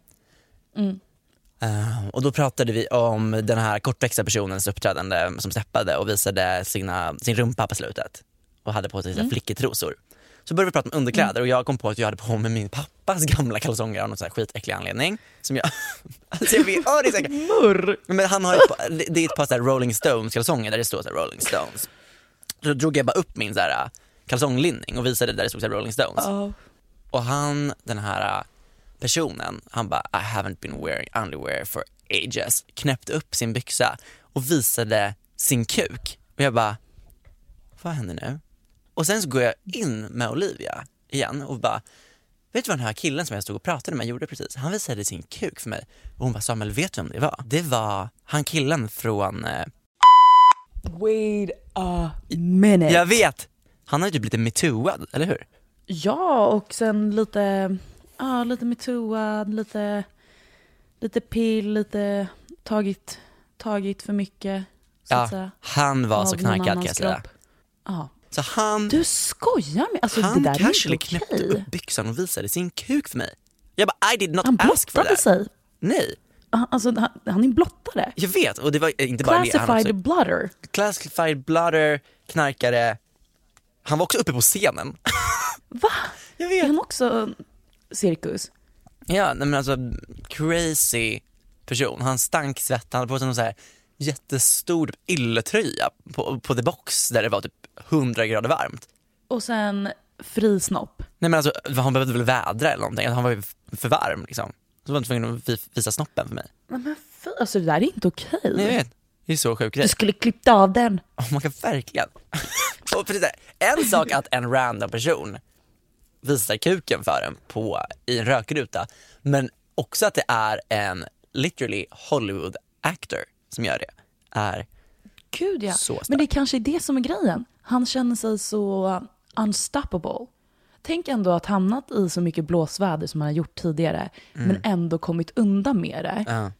Och då pratade vi om den här kortväxta personens uppträdande som steppade och visade sin rumpa på slutet och hade på sig flicketrosor. Så började vi prata om underkläder och jag kom på att jag hade på mig min pappas gamla kalsonger av någon så här skitäcklig anledning som jag alltså jag vet, det är säkert murr. Men han har det är ett par så här Rolling Stones kalsonger där det står så här Rolling Stones. Så drog jag bara upp min så här kalsonglinning och visade där det stod så här Rolling Stones. Och den här personen, han bara I haven't been wearing underwear for ages, knäppte upp sin byxa och visade sin kuk. Och jag bara, vad händer nu? Och sen så går jag in med Olivia igen och bara, vet du vad den här killen som jag stod och pratade med gjorde precis? Han visade sin kuk för mig. Och hon bara, Samuel, vet du vem det var? Det var han killen från Wait a minute. Jag vet. Han har ju typ lite metooad, eller hur? Ja, och sen lite metooad, lite pill, lite tagit för mycket. Så att säga. Han var så knarkad kan jag säga. Så du skojar med, alltså han det där är inte knäppte okej. upp byxan och visade sin kuk för mig. Jag bara, I did not han ask for that. sig. Nej. Alltså han är blottare. Jag vet, och det var inte bara det. Classified blutter, knarkare. Han var också uppe på scenen. Va? Jag vet. Är han också cirkus? Ja, men alltså crazy person. Han stank svett, han hade på sig någon så här jättestor ylletröja på The Box där det var typ 100 grader varmt. Och sen fri snopp. Nej men alltså han behövde väl vädra eller någonting. Han var ju för varm liksom. Så var han tvungen att visa snoppen för mig. Men alltså det där är inte okej. Nej, jag vet. Det är så sjuk grej. Du skulle klippt av den. Man kan verkligen. Och precis där, en sak att en random person visar kuken för en i en rökruta, men också att det är en literally Hollywood actor som gör det. Är gud ja. Så men det är kanske det som är grejen. Han känner sig så unstoppable. Tänk ändå att hamnat i så mycket blåsväder som han har gjort tidigare, men ändå kommit undan med det.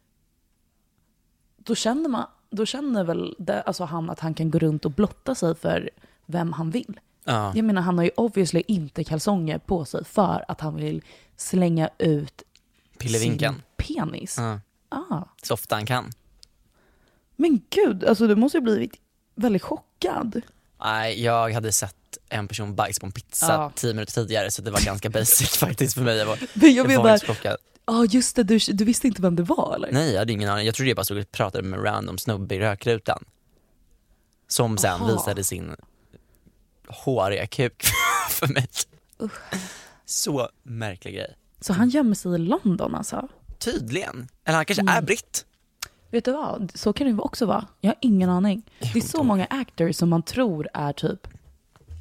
Då känner väl alltså han att han kan gå runt och blotta sig för vem han vill. Jag menar, han har ju obviously inte kalsonger på sig för att han vill slänga ut pillevinkeln, sin penis. Så ofta han kan. Men gud, alltså du måste ju blivit väldigt chockad. Nej, jag hade sett en person bajs på en pizza 10 minuter tidigare, så det var ganska basic faktiskt för mig. Jag var chockad. Just det, du visste inte vem det var eller? Nej, jag hade ingen aning. Jag trodde jag bara stod och pratade med en random snubbe i rökrutan som sen visade sin håriga kuk för mig. Så märklig grej. Så han gömmer sig i London alltså? Tydligen. Eller han kanske är britt. Vet du vad? Så kan det också vara. Jag har ingen aning. Det är så många actors som man tror är typ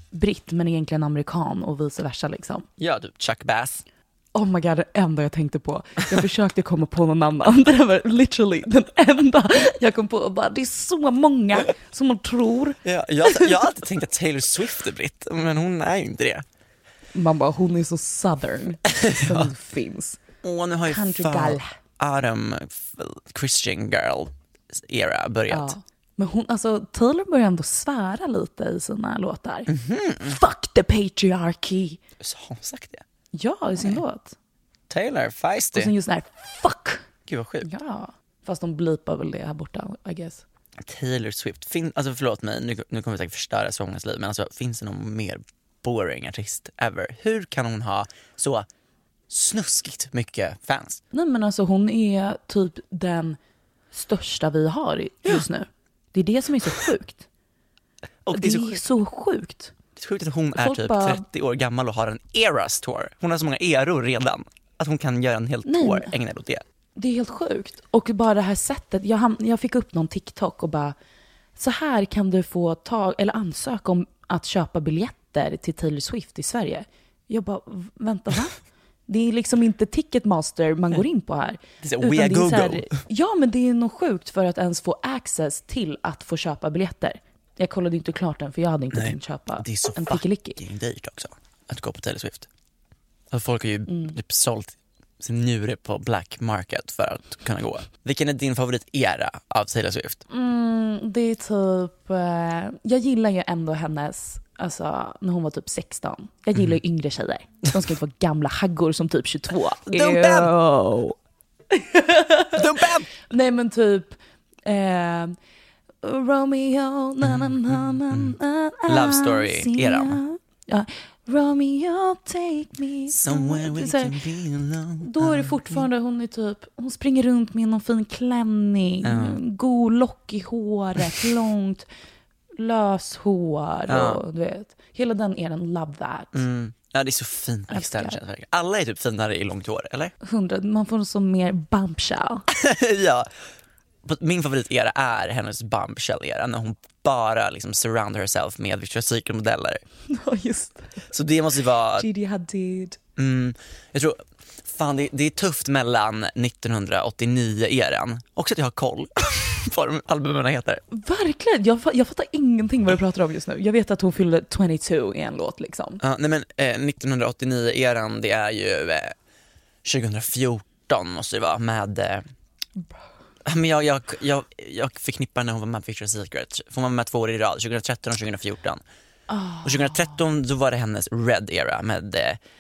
britt men egentligen amerikan och vice versa liksom. Ja, typ Chuck Bass. Oh my god, det enda jag tänkte på. Jag försökte komma på någon annan. Det var literally den enda jag kom på. Och bara, det är så många som man tror. Ja, jag har alltid tänkt att Taylor Swift är britt, men hon är ju inte det. Man bara, hon är så southern som finns. Nu har ju fan Adam Christian Girl era börjat. Ja. Men hon, alltså Taylor börjar ändå svära lite i sina låtar. Fuck the patriarchy. Så har hon sagt det? Ja, i sin låt. Taylor, feisty. Och sen just den här, fuck. Gud vad sjukt. Ja, fast de blipar väl det här borta, I guess. Taylor Swift, alltså förlåt mig, nu kommer vi säkert förstöra sångens liv, men alltså finns det någon mer boring artist ever? Hur kan hon ha så snuskigt mycket fans? Nej men alltså hon är typ den största vi har just nu. Det är det som är så sjukt. Och det är så sjukt. Det är sjukt att hon är typ 30 år gammal och har en Eras tour. Hon har så många eror redan att hon kan göra en hel tour ägnad åt det. Det är helt sjukt. Och bara det här sättet, jag fick upp någon TikTok och bara, så här kan du få ansöka om att köpa biljetter till Taylor Swift i Sverige. Jag bara, vänta, va? Det är liksom inte Ticketmaster man går in på här. Det är We Are Google. Ja, men det är nog sjukt för att ens få access till att få köpa biljetter. Jag kollade inte klart den för jag hade inte tänkt köpa en tickelicki. Det är så dyrt också att gå på Taylor Swift. Alltså folk har ju typ sålt sin njure på black market för att kunna gå. Vilken är din favoritera av Taylor Swift? Det är typ... jag gillar ju ändå hennes... Alltså, när hon var typ 16. Jag gillar ju yngre tjejer. De ska inte vara gamla haggor som typ 22. Dumpen! Nej, men typ... Romeo... Love Story-eran. Ja. Romeo, take me somewhere we can be alone. Då är det fortfarande hon springer runt med någon fin klänning, god lock i håret, långt löshår och du vet, hela den är en love that. Ja, det är så fint. Alla är typ finare i långt hår, eller? 100, man får som mer bombshell. Ja. Min favoritera är hennes bombshell-era när hon bara liksom surround herself med Victoria's Secret-modeller. Ja, just det. Så det måste ju vara... Gigi Hadid. Jag tror... Fan, det är tufft mellan 1989-eran. Också att jag har koll på vad albumerna heter. Verkligen. Jag fattar ingenting vad du pratar om just nu. Jag vet att hon fyllde 22 i en låt liksom. Nej, men 1989-eran, det är ju 2014 måste det vara med... Men jag förknippar när hon var med Victoria's Secret. Hon var med 2 år i rad, 2013 och 2014. Och 2013 då var det hennes Red era med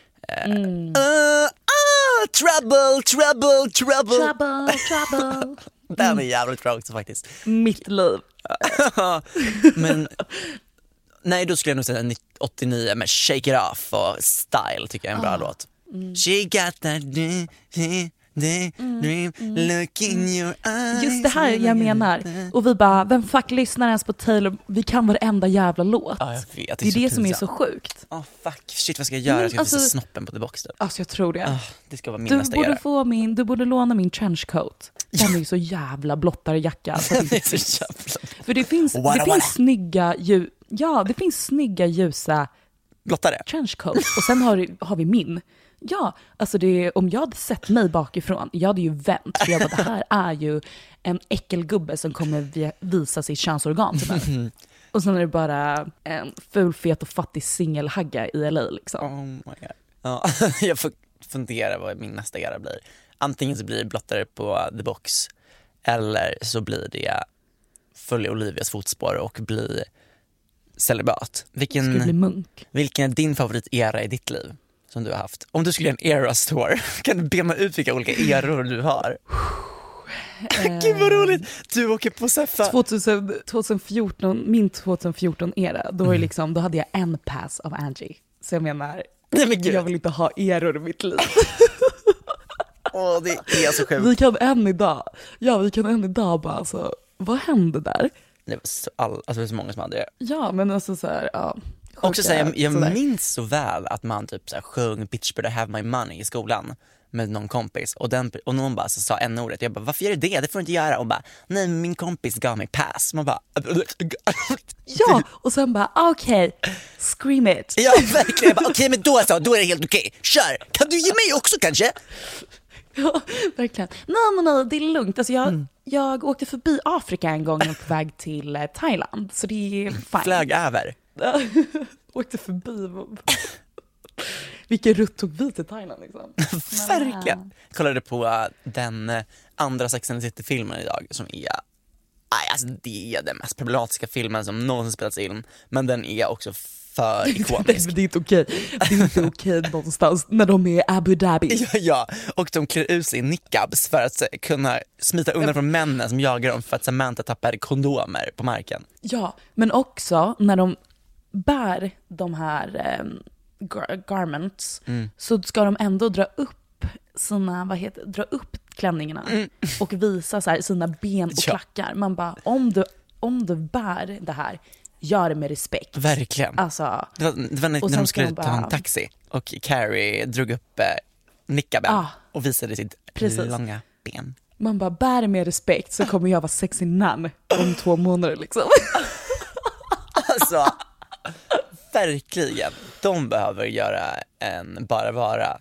Trouble. Den är jävligt bra också faktiskt. Mitt liv. Men nej, då skulle jag nog säga 89 med Shake It Off och Style tycker jag är en bra låt. She got that dream, look in your eyes. Just det här jag menar. Och vi bara, vem fuck lyssnar ens på Taylor? Vi kan varenda jävla låt. Ja, jag vet, det är det som är så sjukt. Fuck, shit, vad ska jag göra? Jag ska visa snoppen på The Box då. Alltså jag tror det. Det ska vara min nästa era. Du borde låna min trenchcoat. Den är ju så jävla blottarjacka. Så det är så jävla... För det finns snygga det finns snygga ljusa blottare trenchcoat. Och sen har vi min. Ja, alltså om jag hade sett mig bakifrån, jag hade ju vänt. För jag bara, det här är ju en äckelgubbe som kommer visa sitt könsorgan till mig. Och sen är det bara en ful, fet och fattig singelhagga i LA liksom. Oh my god. Ja, jag får fundera vad min nästa era blir. Antingen så blir det blottare på The Box, eller så blir det följa Olivias fotspår och bli celibat. Vilken bli munk. Vilken är din favoritera i ditt liv som du har haft? Om du skulle göra en Eras tour, kan du bena ut vilka olika eror du har? Gud vad roligt. Du åker på Seffa 2014, min 2014-era. Då var det liksom, då hade jag en pass av Angie. Så jag menar, jag vill inte ha eror i mitt liv. Det är så sjukt. Vi kan än idag bara alltså, vad hände där? Det var så många som hade det. Ja, men alltså så här, ja. Också så här, jag minns så väl att man typ så här sjöng Bitch Better Have My Money i skolan. med någon kompis och någon bara så sa n-ordet. Jag bara, varför gör du det? Det får du inte göra. Och bara, nej, min kompis gav mig pass. Man bara ja, och sen bara, okej, scream it. Ja, verkligen. Okej, men då är det helt okej. Kör, kan du ge mig också kanske? Ja, verkligen. Nej, det är lugnt. Alltså jag åkte förbi Afrika en gång på väg till Thailand, så det är fine. Flög över. Åkte förbi. Vilken rutt tog vi till Thailand liksom? Verkligen. Jag kollade på den andra Sex and the City-filmen idag som är... alltså det är den mest problematiska filmen som någonsin spelats in. Men den är också för ikonisk. Det är inte okej. Det är inte okej någonstans när de är i Abu Dhabi. Ja, och de klär ut sig i niqabs för att kunna smita undan från männen som jagar dem för att Samantha tappar kondomer på marken. Ja, men också när de bär de här garments så ska de ändå dra upp dra upp klänningarna och visa så här, sina ben och klackar. Man bara, om du bär det här, gör det med respekt. Verkligen. Alltså, det var när de skulle ta en taxi och Carrie drog upp niqaben och visade sitt långa ben. Man bara, bär det med respekt så kommer jag vara sexy nan om 2 månader liksom. Alltså, verkligen. De behöver göra en bara vara.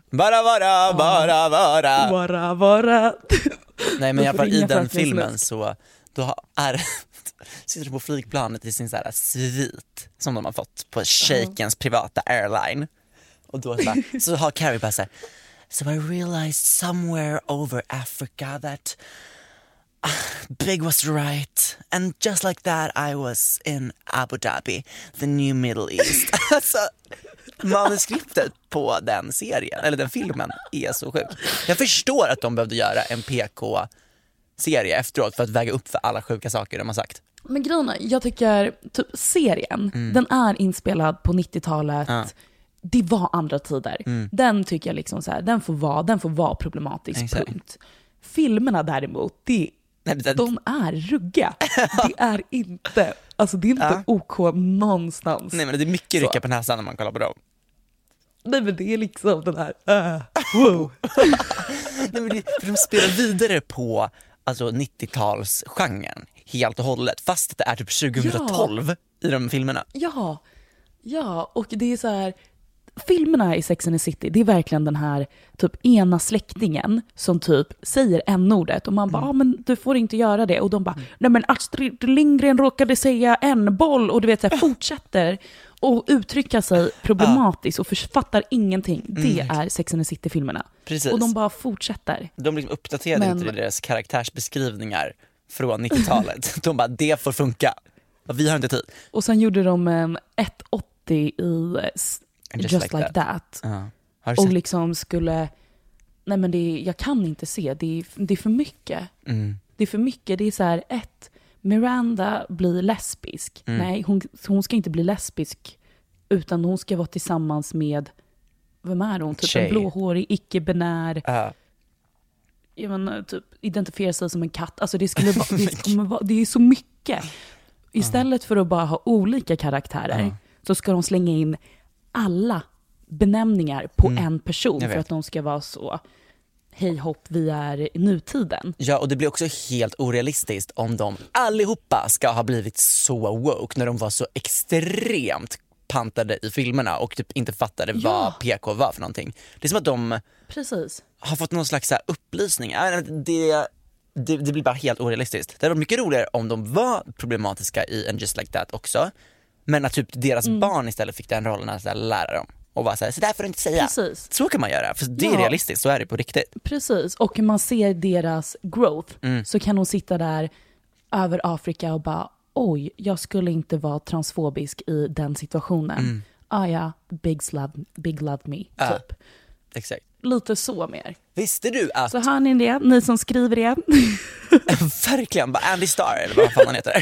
Nej, men i alla fall i den filmen så då sitter du på flygplanet i sin så här svit som de har fått på Shakens privata airline. Och då så har Carrie bara så här, so I realized somewhere over Africa that Big was right, and just like that I was in Abu Dhabi, the new Middle East. Alltså, manuskriptet på den serien, eller den filmen, är så sjukt. Jag förstår att de behövde göra en PK-serie efteråt för att väga upp för alla sjuka saker de har sagt. Men grejen, jag tycker typ serien, den är inspelad på 90-talet. Det var andra tider. Den tycker jag liksom så här, den får vara problematisk, punkt. Filmerna däremot, de är rugga. Det är inte, alltså det är inte OK någonstans. Nej, men det är mycket rycka på näsan när man kollar på dem. Nej, men det är liksom den här wow. Nej, men de spelar vidare på alltså 90-talsgenren helt och hållet, fast det är typ 2012 i de filmerna. Ja, och det är så här, filmerna i Sex and the City, det är verkligen den här typ ena släktingen som typ säger n-ordet och man bara, men du får inte göra det, och de bara, nej men Astrid Lindgren råkade säga n-boll, och du vet så här, fortsätter och uttrycka sig problematiskt och författar ingenting. Det är Sex and the City-filmerna. Precis. Och de bara fortsätter. De liksom uppdaterade inte deras karaktärsbeskrivningar från 90-talet. De bara, det får funka. Vi har inte tid. Och sen gjorde de 180 i Just like that. Och liksom skulle, nej men jag kan inte se, det är för mycket. Det är för mycket. Det är så här, Miranda blir lesbisk. Nej, hon ska inte bli lesbisk, utan hon ska vara tillsammans med, vem är hon? Typ en blåhårig, icke-binär. Jag menar, typ identifiera sig som en katt. Alltså det är så mycket. Istället för att bara ha olika karaktärer så ska de slänga in alla benämningar på en person för att de ska vara så hej hopp, vi är i nutiden. Ja, och det blir också helt orealistiskt om de allihopa ska ha blivit så woke när de var så extremt pantade i filmerna och typ inte fattade vad PK var för någonting. Det är som att de har fått någon slags upplysning. Det blir bara helt orealistiskt. Det var mycket roligare om de var problematiska i And Just Like That också. Men att typ deras barn istället fick den rollen att lära dem. Och bara så där får du inte säga. Precis. Så kan man göra, för det är realistiskt, så är det på riktigt. Precis, och man ser deras growth. Så kan hon sitta där över Afrika och bara, oj, jag skulle inte vara transfobisk i den situationen. Big love me, typ. Exakt. Lite så mer. Visste du att... Så hör ni det, ni som skriver det. Verkligen, bara Andy Starr, eller vad fan han heter.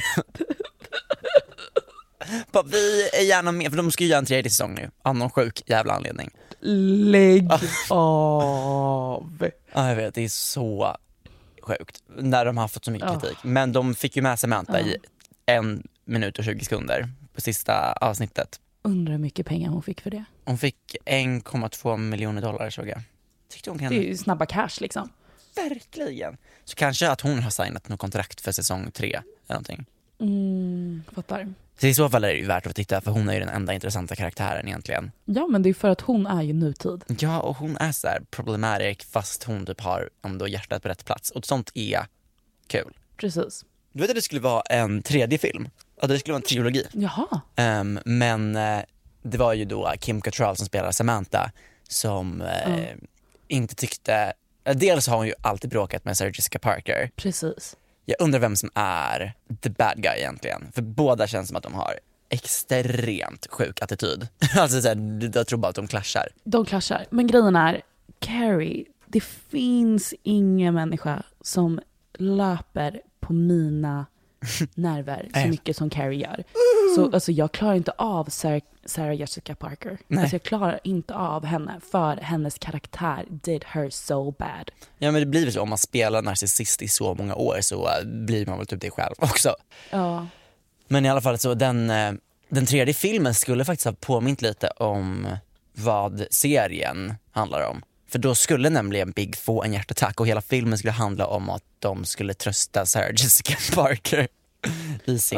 Vi är gärna med, för de ska ju göra en 3:e säsong nu av någon sjuk jävla anledning. Lägg av. Ja, jag vet, det är så sjukt när de har fått så mycket kritik. Men de fick ju med Samantha i 1 minut och 20 sekunder på sista avsnittet. Undrar hur mycket pengar hon fick för det. Hon fick $1,2 miljoner, såg jag. Tyckte hon kan... Det är ju snabba cash liksom. Verkligen. Så kanske att hon har signat något kontrakt för säsong 3 eller någonting. Fattar. Så i så fall är det ju värt att titta, för hon är ju den enda intressanta karaktären egentligen. Ja, men det är för att hon är ju nutid. Ja, och hon är så här problematic fast hon typ har ändå hjärtat på rätt plats. Och sånt är kul. Precis. Du vet att det skulle vara en 3:e film? Att det skulle vara en trilogi. Jaha. Men det var ju då Kim Cattrall som spelar Samantha som inte tyckte... Dels har hon ju alltid bråkat med Sarah Jessica Parker. Precis. Jag undrar vem som är the bad guy egentligen. För båda känns som att de har extremt sjuk attityd. Alltså så här, jag tror bara att de clashar. De clashar. Men grejen är, Carrie, det finns ingen människa som löper på mina nerver så mycket som Carrie gör. Så alltså, jag klarar inte av Sarah Jessica Parker. Alltså, jag klarar inte av henne för hennes karaktär did her so bad. Ja, men det blir så om man spelar narcissist i så många år så blir man väl typ det själv också. Ja. Men i alla fall så den 3:e filmen skulle faktiskt ha påmint lite om vad serien handlar om. För då skulle nämligen Big få en hjärtattack och hela filmen skulle handla om att de skulle trösta Sarah Jessica Parker i sin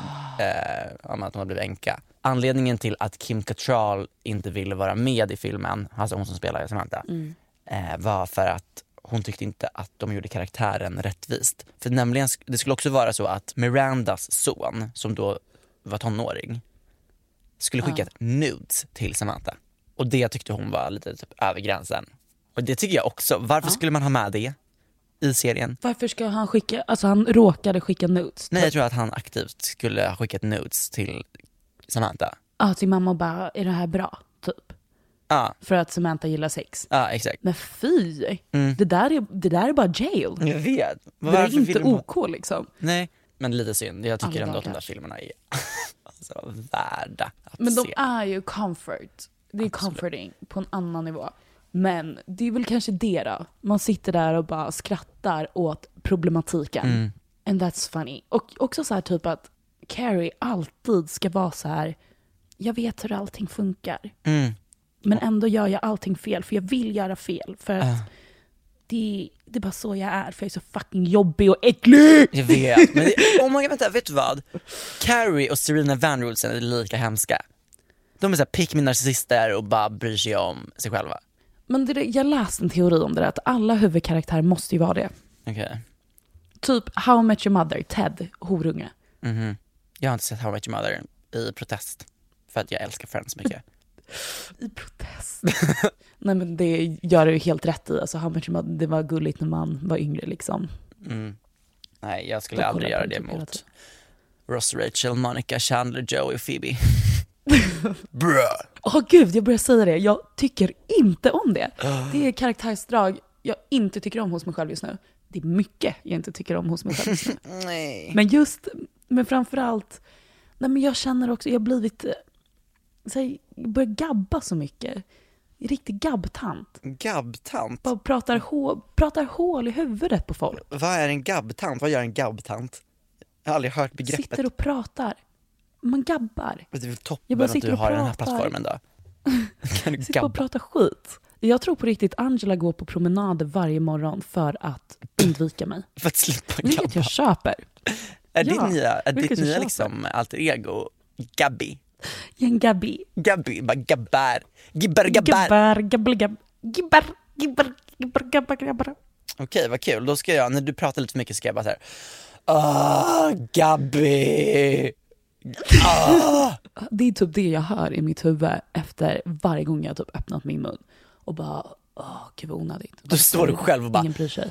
om att hon har blivit änka. Anledningen till att Kim Cattrall inte ville vara med i filmen, alltså hon som spelar Samantha, var för att hon tyckte inte att de gjorde karaktären rättvist. För nämligen, det skulle också vara så att Mirandas son, som då var tonåring, skulle skicka nudes till Samantha. Och det tyckte hon var lite typ över gränsen. Och det tycker jag också. Varför skulle man ha med det i serien? Varför ska han skicka, alltså han råkade skicka nudes? Nej, jag tror att han aktivt skulle ha skickat nudes till Samantha. Ja, till mamma och bara, är det här bra? Typ. Ja. För att Samantha gillar sex. Ja, exakt. Men fy, det där är bara jail. Jag vet. Det är inte OK liksom. Nej, men lite synd. Jag tycker ändå att de där filmerna är alltså, värda att men de se. är ju comfort. Det är comforting på en annan nivå. Men det är väl kanske det då. Man sitter där och bara skrattar åt problematiken. And that's funny. Och också så här typ att Carrie alltid ska vara så här, jag vet hur allting funkar. Men ändå gör jag allting fel. För jag vill göra fel. För att det är bara så jag är. För jag är så fucking jobbig och äcklig. Jag vet. Men vänta, vet du vad? Carrie och Serena Van Olsen är lika hemska. De är så här pick me narcissister och bara bryr sig om sig själva. Men jag läste en teori om det där, att alla huvudkaraktärer måste ju vara det. Okej. Typ How I Met Your Mother, Ted, horunge. Jag har inte sett How I Met Your Mother i protest. För att jag älskar Friends mycket. I protest? Nej, men det gör det ju helt rätt i. Alltså How I Met Your Mother, det var gulligt när man var yngre liksom. Nej, jag skulle aldrig göra det mot Ross, Rachel, Monica, Chandler, Joey och Phoebe. Gud, jag börjar säga det. Jag tycker inte om det. Det är karaktärsdrag jag inte tycker om hos mig själv just nu. Det är mycket jag inte tycker om hos mig själv just nu. Nej. Men framförallt, nej, men jag känner också, jag har blivit så här, jag börjar gabba så mycket. Riktig gabbtant. Gabbtant? Bara pratar hål i huvudet på folk. Vad är en gabbtant? Vad gör en gabbtant? Jag har aldrig hört begreppet. Sitter och pratar. Man gabbar. Det är väl toppen att du har den här plattformen då. Sitter och pratar skit. Jag tror på riktigt Angela går på promenader varje morgon för att undvika mig. För att slippa gabba. Vilket jag köper. Är ditt nya liksom alter ego Gabby? En Gabby. Gabby, bara gabbar. Gibbar. Okej, vad kul. Då ska jag, när du pratar lite för mycket ska jag bara så här. Gabby. Det är typ det jag hör i mitt huvud efter varje gång jag typ öppnat min mun. Och bara, gud vad onödigt. Då står du själv och bara, ingen bryr sig.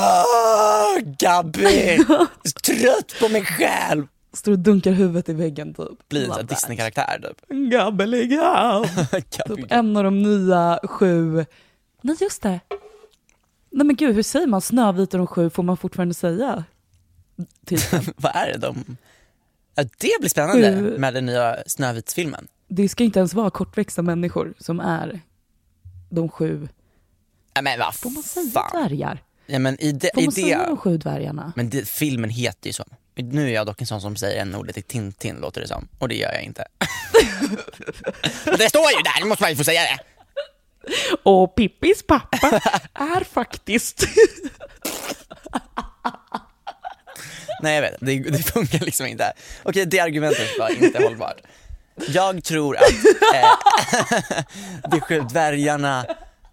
Gabby, trött på mig själv. Står och dunkar huvudet i väggen typ. Blir en Disney-karaktär typ. Gabbeligabb. Typ en av de nya 7. Nej, just det. Nej men gud, hur säger man Snövit och de 7? Får man fortfarande säga? Vad är det de? Ja, det blir spännande med den nya Snövitsfilmen. Det ska inte ens vara kortväxta människor som är de 7. Ja, men vad får man säga dvärgar? Ja, men får man säga de 7 dvärgarna? Men filmen heter ju så. Nu är jag dock en sån som säger en ordet till Tintin, låter det som. Och det gör jag inte. Det står ju där, nu måste man ju få säga det. Och Pippis pappa är faktiskt... Nej, jag vet. Det funkar liksom inte. Okej, det argumentet var inte hållbart. Jag tror att de 7 dvärgarna...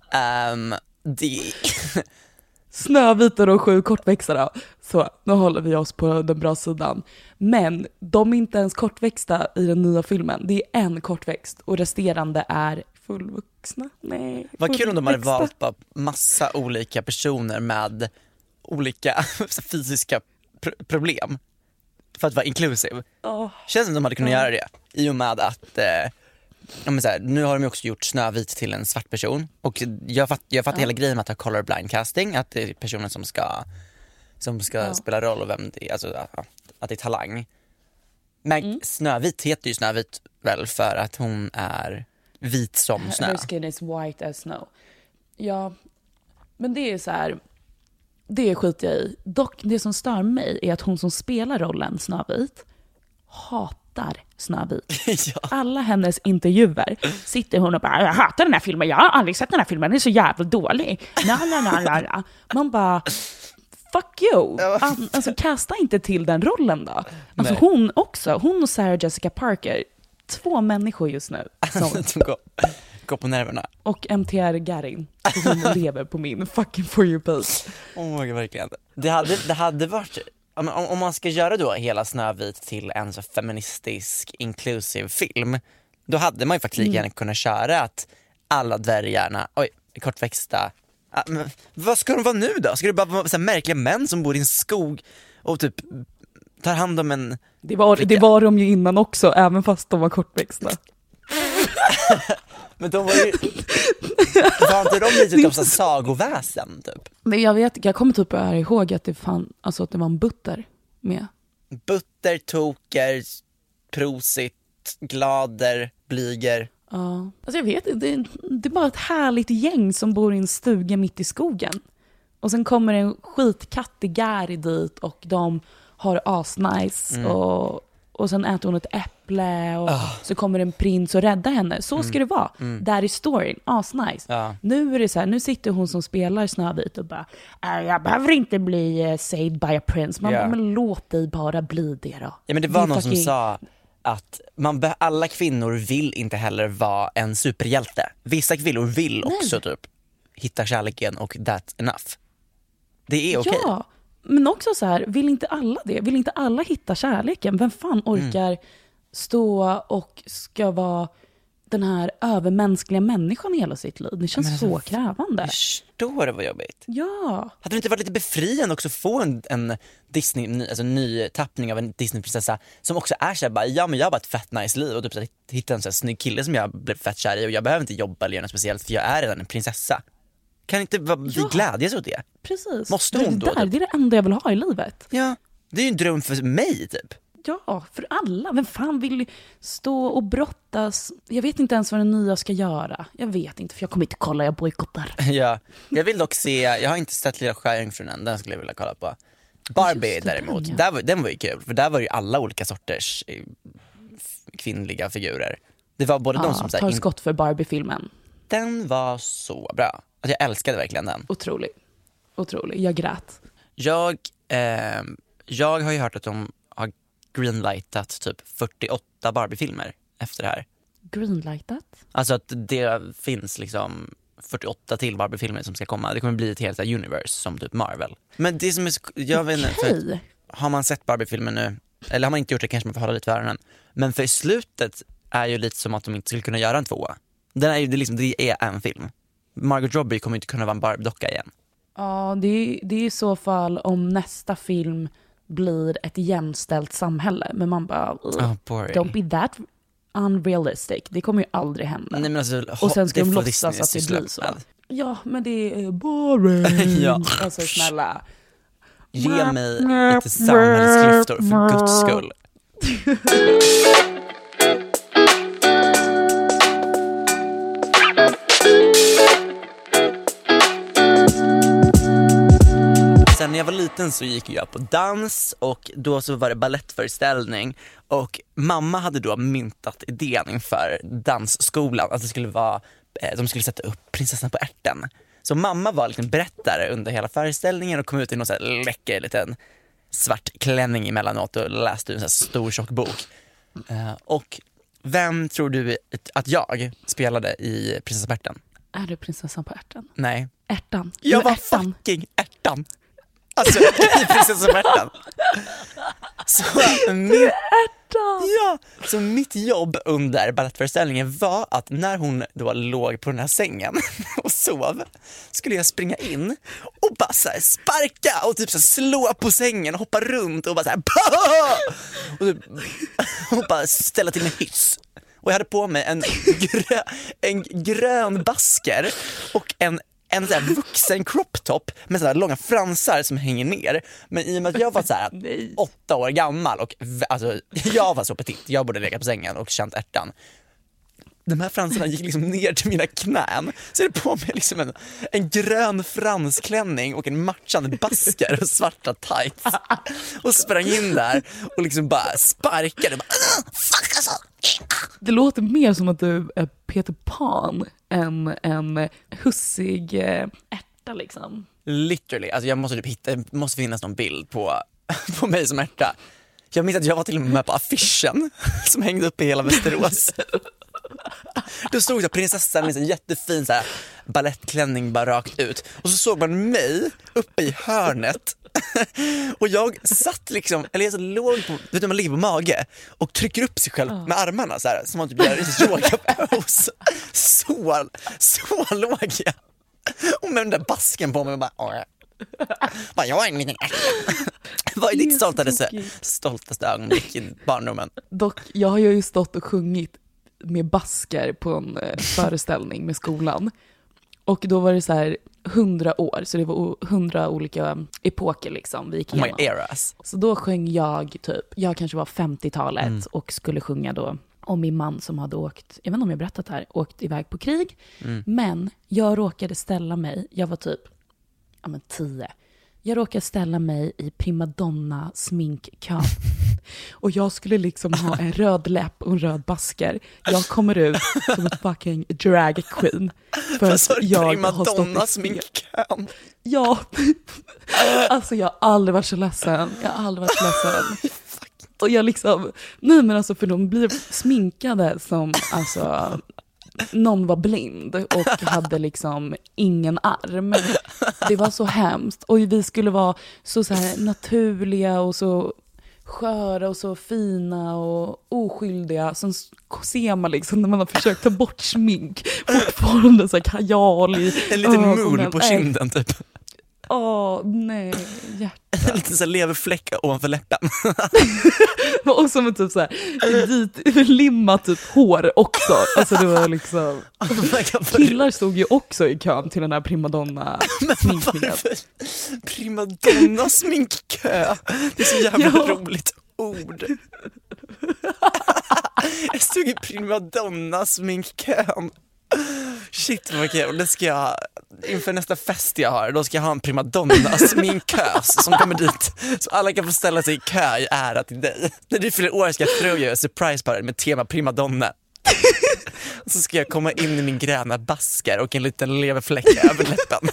Snövit och de 7 kortväxta. Så nu håller vi oss på den bra sidan. Men de är inte ens kortväxta i den nya filmen. Det är en kortväxt och resterande är fullvuxna. Nej, vad kul om de hade valt bara massa olika personer med olika fysiska problem för att vara inclusive. Känns som de hade kunnat göra det i och med att nu har de ju också gjort Snövit till en svart person och jag fattar hela grejen med att ha colorblind casting, att det är personen som ska spela roll och vem det är, alltså att det är talang. Men Snövit heter ju Snövit väl för att hon är vit som snö. Her skin is white as snow. Ja, men det är så här, det skiter jag i. Dock, det som stör mig är att hon som spelar rollen Snövit hatar Snövit. Ja. Alla hennes intervjuer sitter hon och bara, jag hatar den här filmen, jag har aldrig sett den här filmen, den är så jävla dålig. Man bara, fuck you. Alltså kasta inte till den rollen då. Alltså hon och Sarah Jessica Parker, 2 människor just nu som går på nerverna. Och MTR Garin som lever på min fucking for you page. Verkligen. Det hade varit, om man ska göra då hela Snövit till en så feministisk inclusive film, då hade man ju faktiskt gärna kunnat köra att alla dvärgarna, kortväxta, men vad ska de vara nu då? Ska det bara vara så här märkliga män som bor i en skog och typ tar hand om en... Det var de ju innan också, även fast de var kortväxta. Men de var ju... Var inte de lite typ så sagoväsen typ? Men jag kommer typ ihåg att det var en butter med. Butter, toker, prosit, glader, blyger. Ja, alltså jag vet inte, det är bara ett härligt gäng som bor i en stuga mitt i skogen. Och sen kommer en skitkattig Gary dit och de har asnice och sen äter hon ett äpple och så kommer en prins och räddar henne. Så ska det vara. Där är storyn, asnice. Nu är det så här, nu sitter hon som spelar Snövit och bara, jag behöver inte bli saved by a prince. Man bara, men låt dig bara bli det då. Ja, men det var någon som sa att alla kvinnor vill inte heller vara en superhjälte. Vissa kvinnor vill också typ hitta kärleken och that's enough. Det är okej. Ja, men också så här, vill inte alla det? Vill inte alla hitta kärleken? Vem fan orkar stå och ska vara den här övermänskliga människan i hela sitt liv? Det känns så krävande. Förstår det, vad jobbigt. Ja. Hade det inte varit lite befriande också att få en Disney, alltså ny tappning av en Disney-prinsessa som också är så här, bara, ja men jag har bara ett fett nice liv och typ så här, hitta en så här snygg kille som jag blev fett kär i och jag behöver inte jobba eller göra något speciellt för jag är redan en prinsessa. Kan inte vi glädjas åt det? Precis. Måste hon då? Det är det enda jag vill ha i livet. Ja, det är ju en dröm för mig typ. Ja, för alla. Vem fan vill stå och brottas? Jag vet inte ens vad den nya ska göra. Jag vet inte, för jag kommer inte kolla, jag bojkottar. Ja, jag vill dock se, jag har inte sett Lilla Sjöjungfrun än, den skulle jag vilja kolla på. Barbie däremot, den var ju kul, för där var ju alla olika sorters kvinnliga figurer. Det var både de som tar skott för Barbie-filmen. Den var så bra. Alltså jag älskade verkligen den. Otrolig. Jag grät. Jag har ju hört att de har greenlightat typ 48 Barbie-filmer efter det här. Greenlightat? Alltså att det finns liksom 48 till Barbie-filmer som ska komma. Det kommer bli ett helt så här universe som typ Marvel. Men det som är, jag vet inte, för har man sett Barbie-filmen nu, eller har man inte gjort det kanske man får hålla lite för öronen. Men för slutet är ju lite som att de inte skulle kunna göra en 2. Det är en film. Margot Robbie kommer inte kunna vara en Barbie-docka igen. Ja, det är i så fall om nästa film blir ett jämställt samhälle. Men man bara, don't be that unrealistic. Det kommer ju aldrig hända. Nej, men alltså, och sen ska de låtsas att det blir så. Ja, men det är boring. Ja. Alltså snälla. Ge mig lite samhällsklyftor för Guds skull. När jag var liten så gick jag på dans och då så var det ballettföreställning och mamma hade då myntat idén inför dansskolan att det skulle vara, de skulle sätta upp prinsessan på ärten. Så mamma var liksom berättare under hela föreställningen och kom ut i någon så här läcker liten svart klänning emellanåt och läste en så här stor tjock bok. Och vem tror du att jag spelade i prinsessan på ärten? Är du prinsessan på ärten? Nej. Ärtan. Jag var fucking ärtan. Alltså i prinsessan på ärten. Så mitt jobb under ballettföreställningen var att när hon då låg på den här sängen och sov skulle jag springa in och bara så här sparka och typ så slå på sängen och hoppa runt och bara så här och bara ställa till med hyss. Och jag hade på mig en grön basker och en så här vuxen crop top med så här långa fransar som hänger ner. Men i och med att jag var så här 8 år gammal och alltså, jag var så petit, jag borde lägga på sängen och känt ärtan. De här fransarna gick liksom ner till mina knän. Så jag hade på mig liksom en grön fransklänning och en matchande basker och svarta tights. Och sprang in där och liksom bara sparkade. Fuck alltså! Det låter mer som att du är Peter Pan än en hussig ärta liksom. Literally, alltså jag måste typ hitta, det måste finnas någon bild på mig som ärta. Jag minns att jag var till och med på affischen som hängde upp i hela Västerås. Då stod jag prinsessan med en jättefin så här ballettklänning bara rakt ut. Och så såg man mig uppe i hörnet. Och jag satt liksom, eller jag så låg på, vet du, man ligger på mage och trycker upp sig själv med armarna så här, som man typ gör i yoga-pose. Så låg jag. Och med den där basken på mig bara jag är en liten Vad är ditt stoltaste ögonblick i barndomen? Dock, jag har ju stått och sjungit med basker på en föreställning med skolan. Och då var det så här 100 år, så det var 100 olika epoker liksom vi gick igenom. Eras. Så då sjöng jag kanske var 50-talet och skulle sjunga då om min man som hade åkt, jag vet inte om jag berättat här, åkt iväg på krig. Men jag råkade ställa mig, jag var typ 10. Jag råkade ställa mig i primadonna sminkkön. Och jag skulle liksom ha en röd läpp och en röd basker. Jag kommer ut som en fucking drag queen. För att jag har stått i sminkkön. Ja. Alltså jag har aldrig varit så ledsen. Och jag liksom, nej men alltså för de blir sminkade som alltså någon var blind och hade liksom ingen arm. Det var så hemskt. Och vi skulle vara så här naturliga och så sköra och så fina och oskyldiga. Sen ser man liksom när man har försökt ta bort smink fortfarande så här kajal i en liten mul på kinden typ. Nej, hjärta. En liten så leverfläck ovanför läppen. Och som en typ så här dit limmat typ hår också. Alltså det var liksom killar stod ju också i kön till den här primadonna sminkningen. Primadonna sminkkö. Det är så jävla roligt ord. Jag stod i primadonna sminkkön. Shit vad kul, det ska jag inför nästa fest jag har, då ska jag ha en primadonna sminkös som kommer dit så alla kan få ställa sig i kö i ära till dig. När du fyller år ska jag throw you a surprise party med tema primadonna. Och så ska jag komma in i min gröna basker och en liten leverfläck över läppen.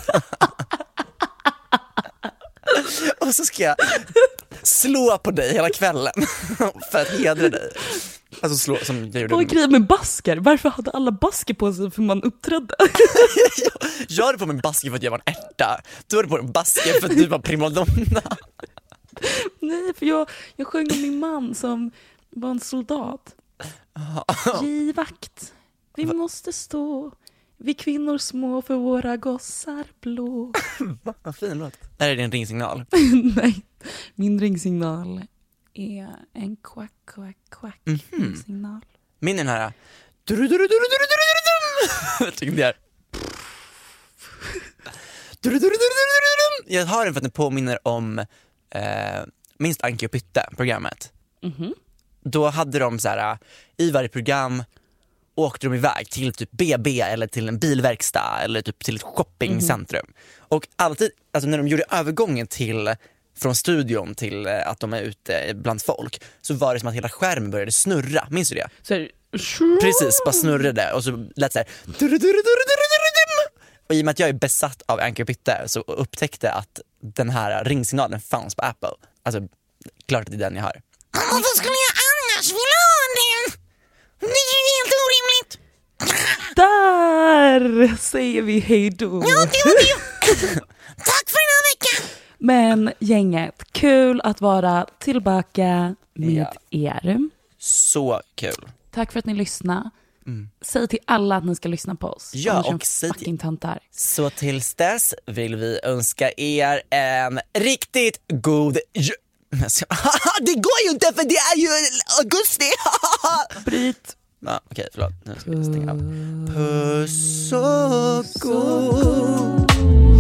Och så ska jag slå på dig hela kvällen för att hedra dig. Alltså slå som jag gjorde. Vad är grejen med basker? Varför hade alla basker på sig för man uppträdde? Jag hade på mig en basker för att jag var en ärta. Du hade på en basker för att du var primadonna. Nej, för jag sjöng om min man som var en soldat. Givakt, vi måste stå. Vi kvinnor små för våra gossar blå. Vad fin låt. Är det din ringsignal? Nej, min ringsignal är en quack, quack, quack signal. Min är den här. Jag tycker det är. Jag har den för att den påminner om minst Anki och Pytte-programmet. Då hade de så här, i varje program åkte de iväg till typ BB eller till en bilverkstad eller typ till ett shoppingcentrum. Och alltid, alltså när de gjorde övergången till från studion till att de är ute bland folk, så var det som att hela skärmen började snurra. Minns du det? Precis, bara snurrade och så lät så här. Och i och med att jag är besatt av Anchor Pitte så upptäckte att den här ringsignalen fanns på Apple. Alltså, klart att det är den jag har. Varför skulle jag annars vilja ha den? Det är ju helt orimligt. Där säger vi hej då. Ja, det var det. Tack för den här veckan. Men gänget, kul att vara tillbaka med er. Så kul. Tack för att ni lyssnade. Säg till alla att ni ska lyssna på oss. Ja, och säg till... Så tills dess vill vi önska er en riktigt god det går ju inte för det är ju augusti. Bryt. Ja, okej, förlåt. Nu ska vi stänga av. Puss och god.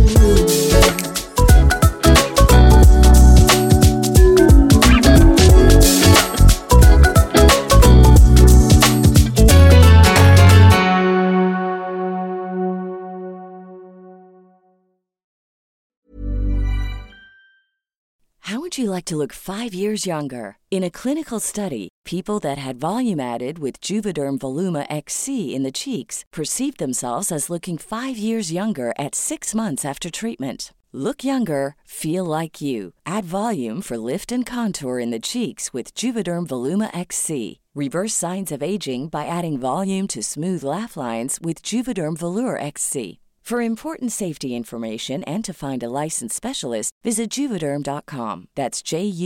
How would you like to look 5 years younger? In a clinical study, people that had volume added with Juvederm Voluma XC in the cheeks perceived themselves as looking 5 years younger at 6 months after treatment. Look younger, feel like you. Add volume for lift and contour in the cheeks with Juvederm Voluma XC. Reverse signs of aging by adding volume to smooth laugh lines with Juvederm Volure XC. For important safety information and to find a licensed specialist, visit Juvederm.com. That's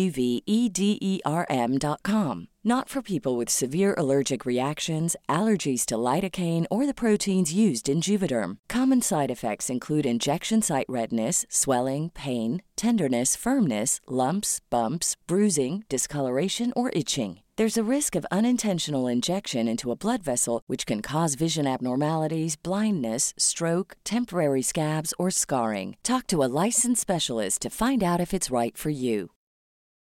JUVEDERM.com. Not for people with severe allergic reactions, allergies to lidocaine, or the proteins used in Juvederm. Common side effects include injection site redness, swelling, pain, tenderness, firmness, lumps, bumps, bruising, discoloration, or itching. There's a risk of unintentional injection into a blood vessel, which can cause vision abnormalities, blindness, stroke, temporary scabs, or scarring. Talk to a licensed specialist to find out if it's right for you.